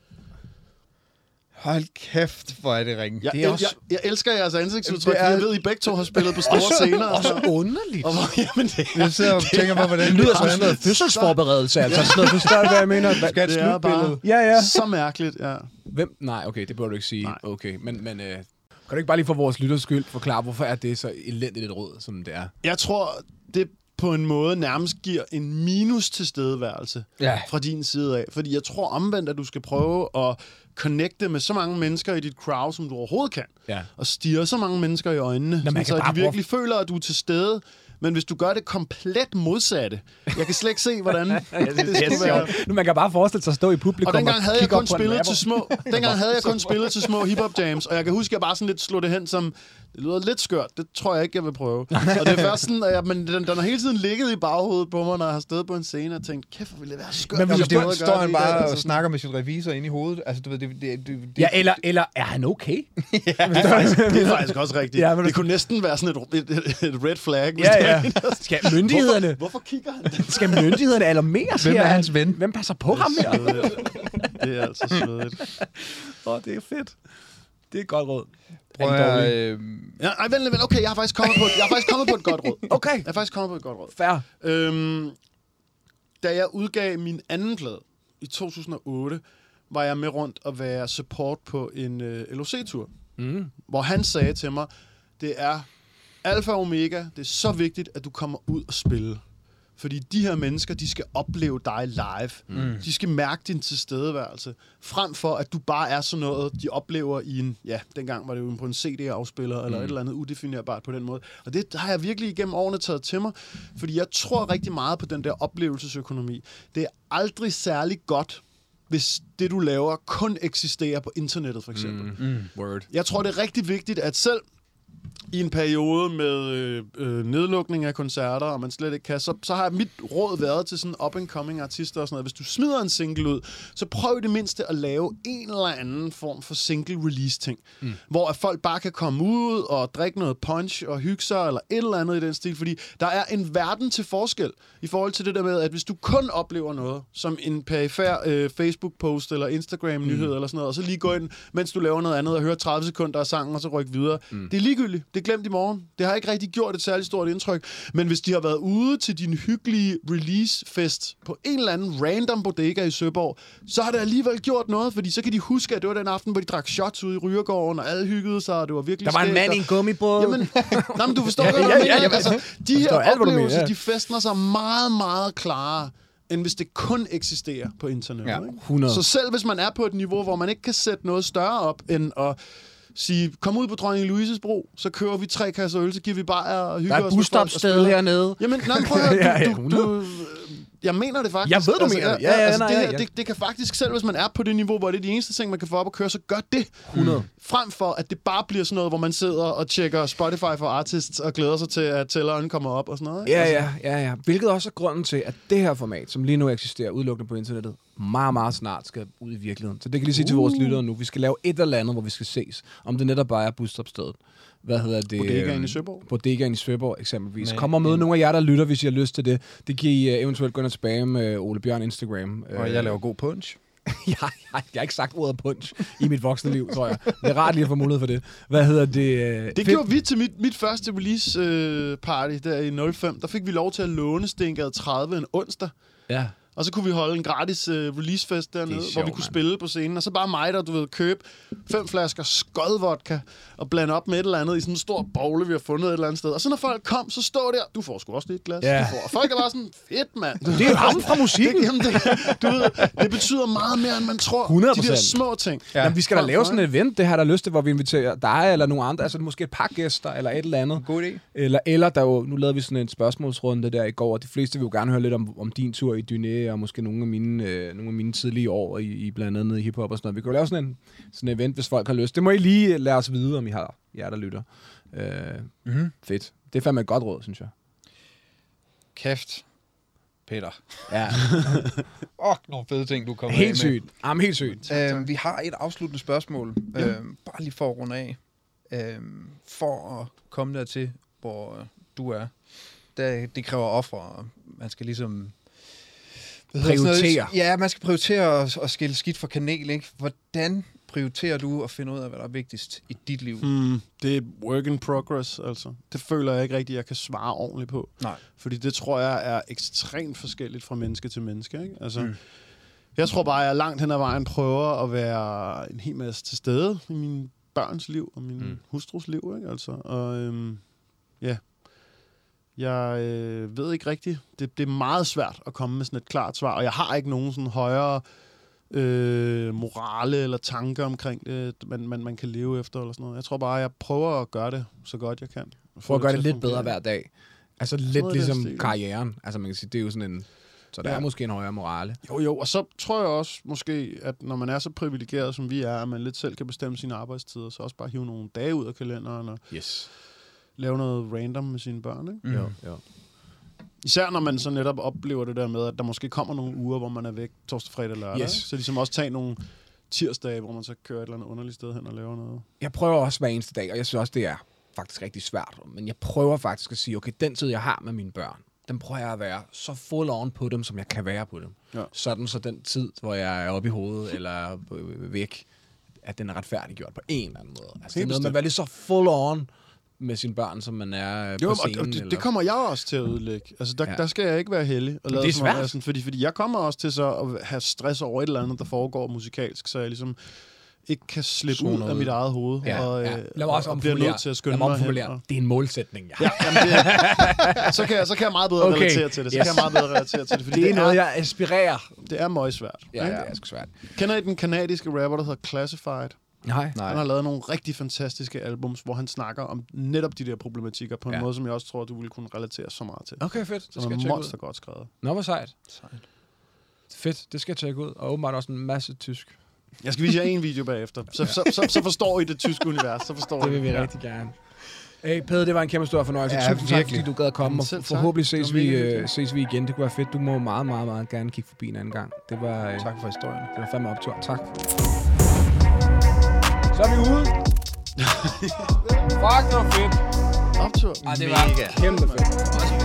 Hold kæft, hvor er det ringe. Jeg, det er også... jeg, jeg elsker jeres ansigtsudtryk, er... fordi jeg ved, I begge to har spillet på store også, scener. Også og underligt. Og, jamen, det er, jeg sidder og tænker på, hvordan det lyder som sådan noget fødselsforberedelse. Altså sådan noget, forstår du, hvad jeg mener? Skal det er bare ja, ja. så mærkeligt, ja. Hvem? Nej, okay, det burde du ikke sige. Nej. Okay, men, men øh, kan du ikke bare lige for vores lytters skyld forklare, hvorfor er det så elendigt et råd, som det er? Jeg tror, det på en måde nærmest giver en minus tilstedeværelse ja. fra din side af. Fordi jeg tror omvendt, at du skal prøve at connecte med så mange mennesker i dit crowd, som du overhovedet kan. Ja. Og stirre så mange mennesker i øjnene, Nå, så de virkelig prøve... føler, at du er til stede. Men hvis du gør det komplet modsatte, jeg kan slet ikke se, hvordan det, det, det skulle være. Nu, man kan bare forestille sig at stå i publikum og dengang og havde jeg kun spillet spillet til små, dengang havde jeg kun spillet til små hip-hop jams, og jeg kan huske, at jeg bare sådan lidt slog det hen som, det lyder lidt skørt, det tror jeg ikke, jeg vil prøve. Og det er først sådan, at jeg, men den, den har hele tiden ligget i baghovedet på mig, når jeg har stået på en scene og tænkt, kæft, hvor ville det være skørt. Men hvis det står han bare og snakker med sin revisor inde i hovedet, altså du ved, det... det, det, det ja, eller, eller er han okay? ja, det, er faktisk, det er faktisk også rigtigt. Ja, det kunne næsten være sådan et, et, et red flag. Ja, ja. Skal myndighederne... Hvorfor, hvorfor kigger han? Skal myndighederne alarmeres her? Hvem er hans ven? Hvem passer på ham her? Det er altså svedigt. Åh, oh, det er fedt. Det er et godt råd. Prøv at... Øh... Ja, ej, vent, vent, okay, jeg har faktisk kommet på et, jeg har faktisk kommet på et godt råd. Okay. Jeg har faktisk kommet på et godt råd. Fair. Øhm, da jeg udgav min anden plade i to tusind og otte, var jeg med rundt og være support på en øh, L O C-tur, Mm. hvor han sagde til mig, det er alfa og omega, det er så vigtigt, at du kommer ud og spille. Fordi de her mennesker, de skal opleve dig live. Mm. De skal mærke din tilstedeværelse. Frem for, at du bare er sådan noget, de oplever i en... Ja, dengang var det jo på en C D-afspiller, mm. eller et eller andet udefinerbart på den måde. Og det har jeg virkelig igennem årene taget til mig. Fordi jeg tror rigtig meget på den der oplevelsesøkonomi. Det er aldrig særlig godt, hvis det, du laver, kun eksisterer på internettet, for eksempel. Mm. Mm. Word. Jeg tror, det er rigtig vigtigt, at selv i en periode med øh, øh, nedlukning af koncerter, og man slet ikke kan, så, så har mit råd været til sådan up-and-coming artister og sådan noget. Hvis du smider en single ud, så prøv i det mindste at lave en eller anden form for single-release-ting, mm. hvor at folk bare kan komme ud og drikke noget punch og hygge sig, eller et eller andet i den stil, fordi der er en verden til forskel i forhold til det der med, at hvis du kun oplever noget, som en perifær øh, Facebook-post eller Instagram-nyhed mm. eller sådan noget, og så lige gå ind, mens du laver noget andet, og høre tredive sekunder af sangen, og så rykke videre. Mm. Det er ligegyldigt. Det er glemt i morgen. Det har ikke rigtig gjort et særligt stort indtryk. Men hvis de har været ude til din hyggelige release-fest på en eller anden random bodega i Søborg, så har det alligevel gjort noget, fordi så kan de huske, at det var den aften, hvor de drak shots ude i Rygergården, og alle hyggede sig, og det var virkelig der var skægt, en mand i en gummibåd. Jamen, nej, men du forstår ja, godt, ja, ja, ja, altså, de her alt, oplevelser, ja. de festner sig meget, meget klarere, end hvis det kun eksisterer på internettet. Ja, ikke? Så selv hvis man er på et niveau, hvor man ikke kan sætte noget større op, end at sige, kom ud på Dronning Louises Bro, så kører vi tre kasser øl, så giver vi bare og hygger os. Der er et busstopsted hernede. Jamen, nej, prøv at høre, du, du, du, jeg mener det faktisk. Jeg ved, du altså, mener det. Ja, ja, altså, nej, det, ja. her, det, det kan faktisk, selv hvis man er på det niveau, hvor det er de eneste ting, man kan få op og køre, så gør det. hundrede Frem for, at det bare bliver sådan noget, hvor man sidder og tjekker Spotify for artists og glæder sig til, at tælleren kommer op og sådan noget. Ikke? Ja, altså. ja, ja, ja. Hvilket også er grunden til, at det her format, som lige nu eksisterer udelukkende på internettet, meget, meget snart skal ud i virkeligheden. Så det kan lige sige uh. til vores lyttere nu. Vi skal lave et eller andet, hvor vi skal ses. Om det netop bare er busstopstedet. Hvad hedder det? Bodegaen i Søborg. Bodegaen i Søborg, eksempelvis. Men, Kom og møde nogle af jer, der lytter, hvis I har lyst til det. Det kan I uh, eventuelt gå ind og spamme uh, Ole Bjørn Instagram. Og jeg laver god punch. jeg, jeg, jeg har ikke sagt ordet punch i mit voksne liv, tror jeg. Det er rart lige at få mulighed for det. Hvad hedder det? Uh, det gjorde vi til mit, mit første release uh, party der i nul fem. Der fik vi lov til at låne Stengade tredive en onsdag. Ja. Og så kunne vi holde en gratis uh, releasefest dernede, sjov, hvor vi kunne man. spille på scenen. Og så bare mig, der du ved, købe fem flasker skodvodka og blande op med et eller andet i sådan en stor bogle, vi har fundet et eller andet sted. Og så når folk kom, så står der, du får sgu også lidt glas. Ja. Du får. Og folk er bare sådan, fedt mand. Det er jo ham fra musikken. Det, jamen, det, du ved, det betyder meget mere, end man tror. hundrede procent. De der små ting. Ja. Jamen, vi skal da lave sådan et event, det har der lyst til, hvor vi inviterer dig eller nogle andre, altså måske et par gæster eller et eller andet. God idé. Eller, eller der jo, nu lavede vi sådan en spørgsmålsrunde der i går, og de fleste vil jo gerne høre lidt om, om din tur i Dyné, og måske nogle af mine, øh, nogle af mine tidlige år i, i blandt andet i hiphop og sådan noget. Vi kan jo lave sådan en sådan et event, hvis folk har lyst. Det må I lige lade os vide, om I har jer, der lytter. Øh, Mm-hmm. fedt. Det er fandme et godt råd, synes jeg. Kæft, Peter. Ja. Åh, oh, nogle fede ting, du kommer Helt af sygt. Jamen, helt sygt. med. Øhm, vi har et afsluttende spørgsmål. Ja. Øhm, bare lige for at runde af. Øhm, for at komme dertil, hvor du er. Det, det kræver ofre, og man skal ligesom... hvad hedder sådan noget? Prioritere. Ja, man skal prioritere at, at skille skidt fra kanel, ikke? Hvordan prioriterer du at finde ud af, hvad der er vigtigst i dit liv? Hmm, det er work in progress, altså. Det føler jeg ikke rigtigt, jeg kan svare ordentligt på. Nej. Fordi det tror jeg er ekstremt forskelligt fra menneske til menneske, ikke? Altså, Mm. jeg tror bare, at jeg langt hen ad vejen prøver at være en hel masse til stede i mine børns liv og min Mm. mm. hustrus liv, ikke? Altså, og øhm, ja, jeg øh, ved ikke rigtigt. Det, det er meget svært at komme med sådan et klart svar, og jeg har ikke nogen sådan højere øh, morale eller tanker omkring det, man, man, man kan leve efter eller sådan noget. Jeg tror bare, jeg prøver at gøre det så godt jeg kan. For at gøre det til lidt fungere. bedre hver dag. Altså lidt noget i den ligesom stil. karrieren. Altså man kan sige, det er jo sådan en... Så der Ja. er måske en højere morale. Jo, jo, og så tror jeg også måske, at når man er så privilegeret, som vi er, at man lidt selv kan bestemme sine arbejdstider, så også bare hive nogle dage ud af kalenderen og Yes. lave noget random med sine børn, ikke? Mm. Jo, jo. Især når man så netop oplever det der med, at der måske kommer nogle uger, hvor man er væk torsdag, fredag, lørdag. Yes. Ikke? Så ligesom også tage nogle tirsdage, hvor man så kører et eller andet underligt sted hen og laver noget. Jeg prøver også hver eneste dag, og jeg synes også, det er faktisk rigtig svært. Men jeg prøver faktisk at sige, okay, den tid, jeg har med mine børn, den prøver jeg at være så full on på dem, som jeg kan være på dem. Ja. Sådan så den tid, hvor jeg er oppe i hovedet eller øh, væk, at den er retfærdiggjort på en eller anden måde. Altså, det er noget med at være lige så full on med sine børn, som man er Jo, på og, scenen. og det, eller... det kommer jeg også til at udlægge. Altså, der, Ja. ja. der skal jeg ikke være heldig. Og lade det er som om, svært. jeg sådan, fordi, fordi jeg kommer også til så at have stress over et eller andet, der foregår musikalsk, så jeg ligesom ikke kan slippe Zoner ud af ud. mit eget hoved. Ja, og, ja. øh, Lad mig også og bliver omformulere. nødt til at Lad skynde mig mig hen. omformulere. Og, Det er en målsætning, ja. ja, jamen det, så, kan jeg, så kan jeg meget bedre Okay. okay. relatere til det. Så Yes. kan jeg meget bedre relatere til det. Fordi Det er det, noget, er, jeg aspirerer. det er møgsvært. Ja, ikke? det er sgu svært. Kender I den kanadiske rapper, der hedder Classified? Nej. Nej. Han har lavet nogle rigtig fantastiske albums, hvor han snakker om netop de der problematikker på en Ja. måde, som jeg også tror, du ville kunne relatere så meget til. Okay, fedt. Det Som skal jeg er tjekke ud. monster godt skrevet. Nå, hvor sejt. Sejt. Fedt, det skal jeg tjekke ud. Og åbenbart også en masse tysk. Jeg skal vise jer en video bagefter. Så, så, så, så forstår I det tyske univers. Så forstår Det vil I. vi Ja. rigtig gerne. Hey, Peder, det var en kæmpe stor fornøjelse. Ja, Tusind tak, virkelig. fordi du gad at komme. Jamen, Og selv tak. forhåbentlig ses Det var vi, mega øh, hyggeligt. ses vi igen. Det kunne være fedt. Du må meget, meget, meget gerne kigge forbi en anden gang. Det var, øh, Tak for historien. det var fandme optur. Tak. Så er vi ude. Fuck, det var fedt. Optur. Ej, det var kæmpe fedt.